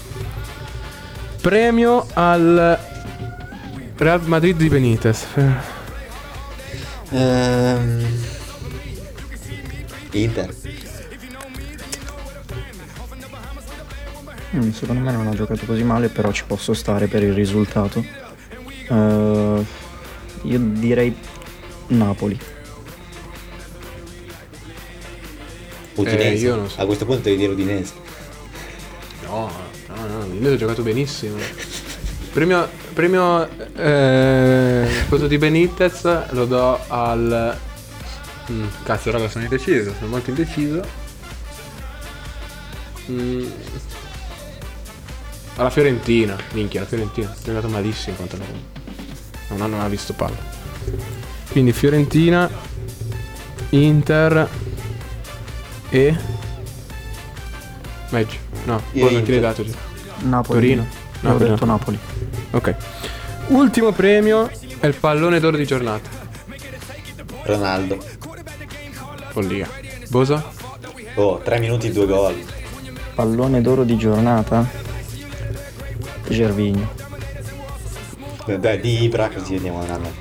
Premio al Real Madrid di Benitez. Ehm... Inter. Mm, secondo me non ha giocato così male, però ci posso stare per il risultato. Eh, io direi Napoli. Udinese. Eh, io non so. A questo punto devi dire Udinese. No, no, no, l'Udinese ha giocato benissimo. Premio, premio eh, quello di Benitez lo do al... Mm, cazzo, raga, sono indeciso, sono molto indeciso. Mm, alla Fiorentina, minchia, la Fiorentina è andato malissimo contro la Roma. Non hanno visto palla. Quindi Fiorentina, Inter e Meggio. No, Io poi non ti l'hai Inter. dato già. Napoli. Torino. No, ho Napoli, detto no. Napoli. Ok. Ultimo premio è il pallone d'oro di giornata. Ronaldo. Follia. Bosa? Oh, tre minuti, due gol. Pallone d'oro di giornata. Gervinho. Dai, di Ibra, così vediamo un anno.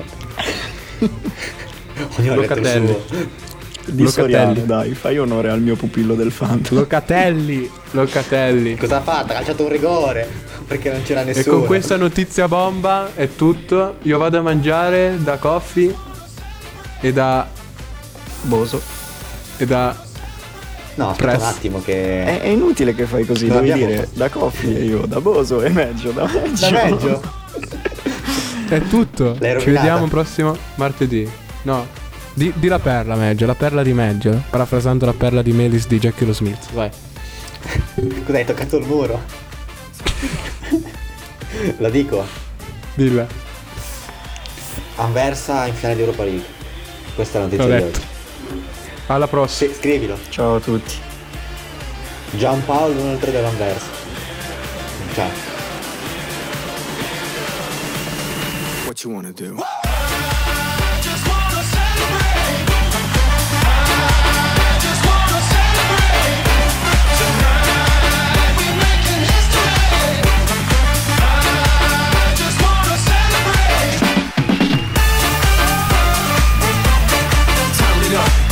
Ognuno ha detto il Locatelli. suo. Di Locatelli. Soriano, dai, fai onore al mio pupillo del Fantasy. Locatelli. Locatelli. Cosa ha fatto? Ha calciato un rigore perché non c'era E nessuno. con questa notizia bomba è tutto. Io vado a mangiare da Coffee e da Boso. e da No, aspetta Press. un attimo che... È, è inutile che fai così, Non devi abbiamo dire fatto. da Coffee e io da Boso e Meggio, da Meggio. Da Meggio? è tutto. L'hai Ci rovinata. vediamo prossimo martedì. No. Di, di la perla Meggio, la perla di Meggio. Parafrasando la perla di Melis di Jackie Lo Smith. Vai. Cosa hai toccato il muro? La dico. Dilla. Anversa in finale di Europa League. Questa è la notizia L'ho di detto. oggi. Alla prossima. Sì, scrivilo. Ciao a tutti. Giampaolo, un altro dell'Anversa. Ciao. What you wanna do? Turn it up.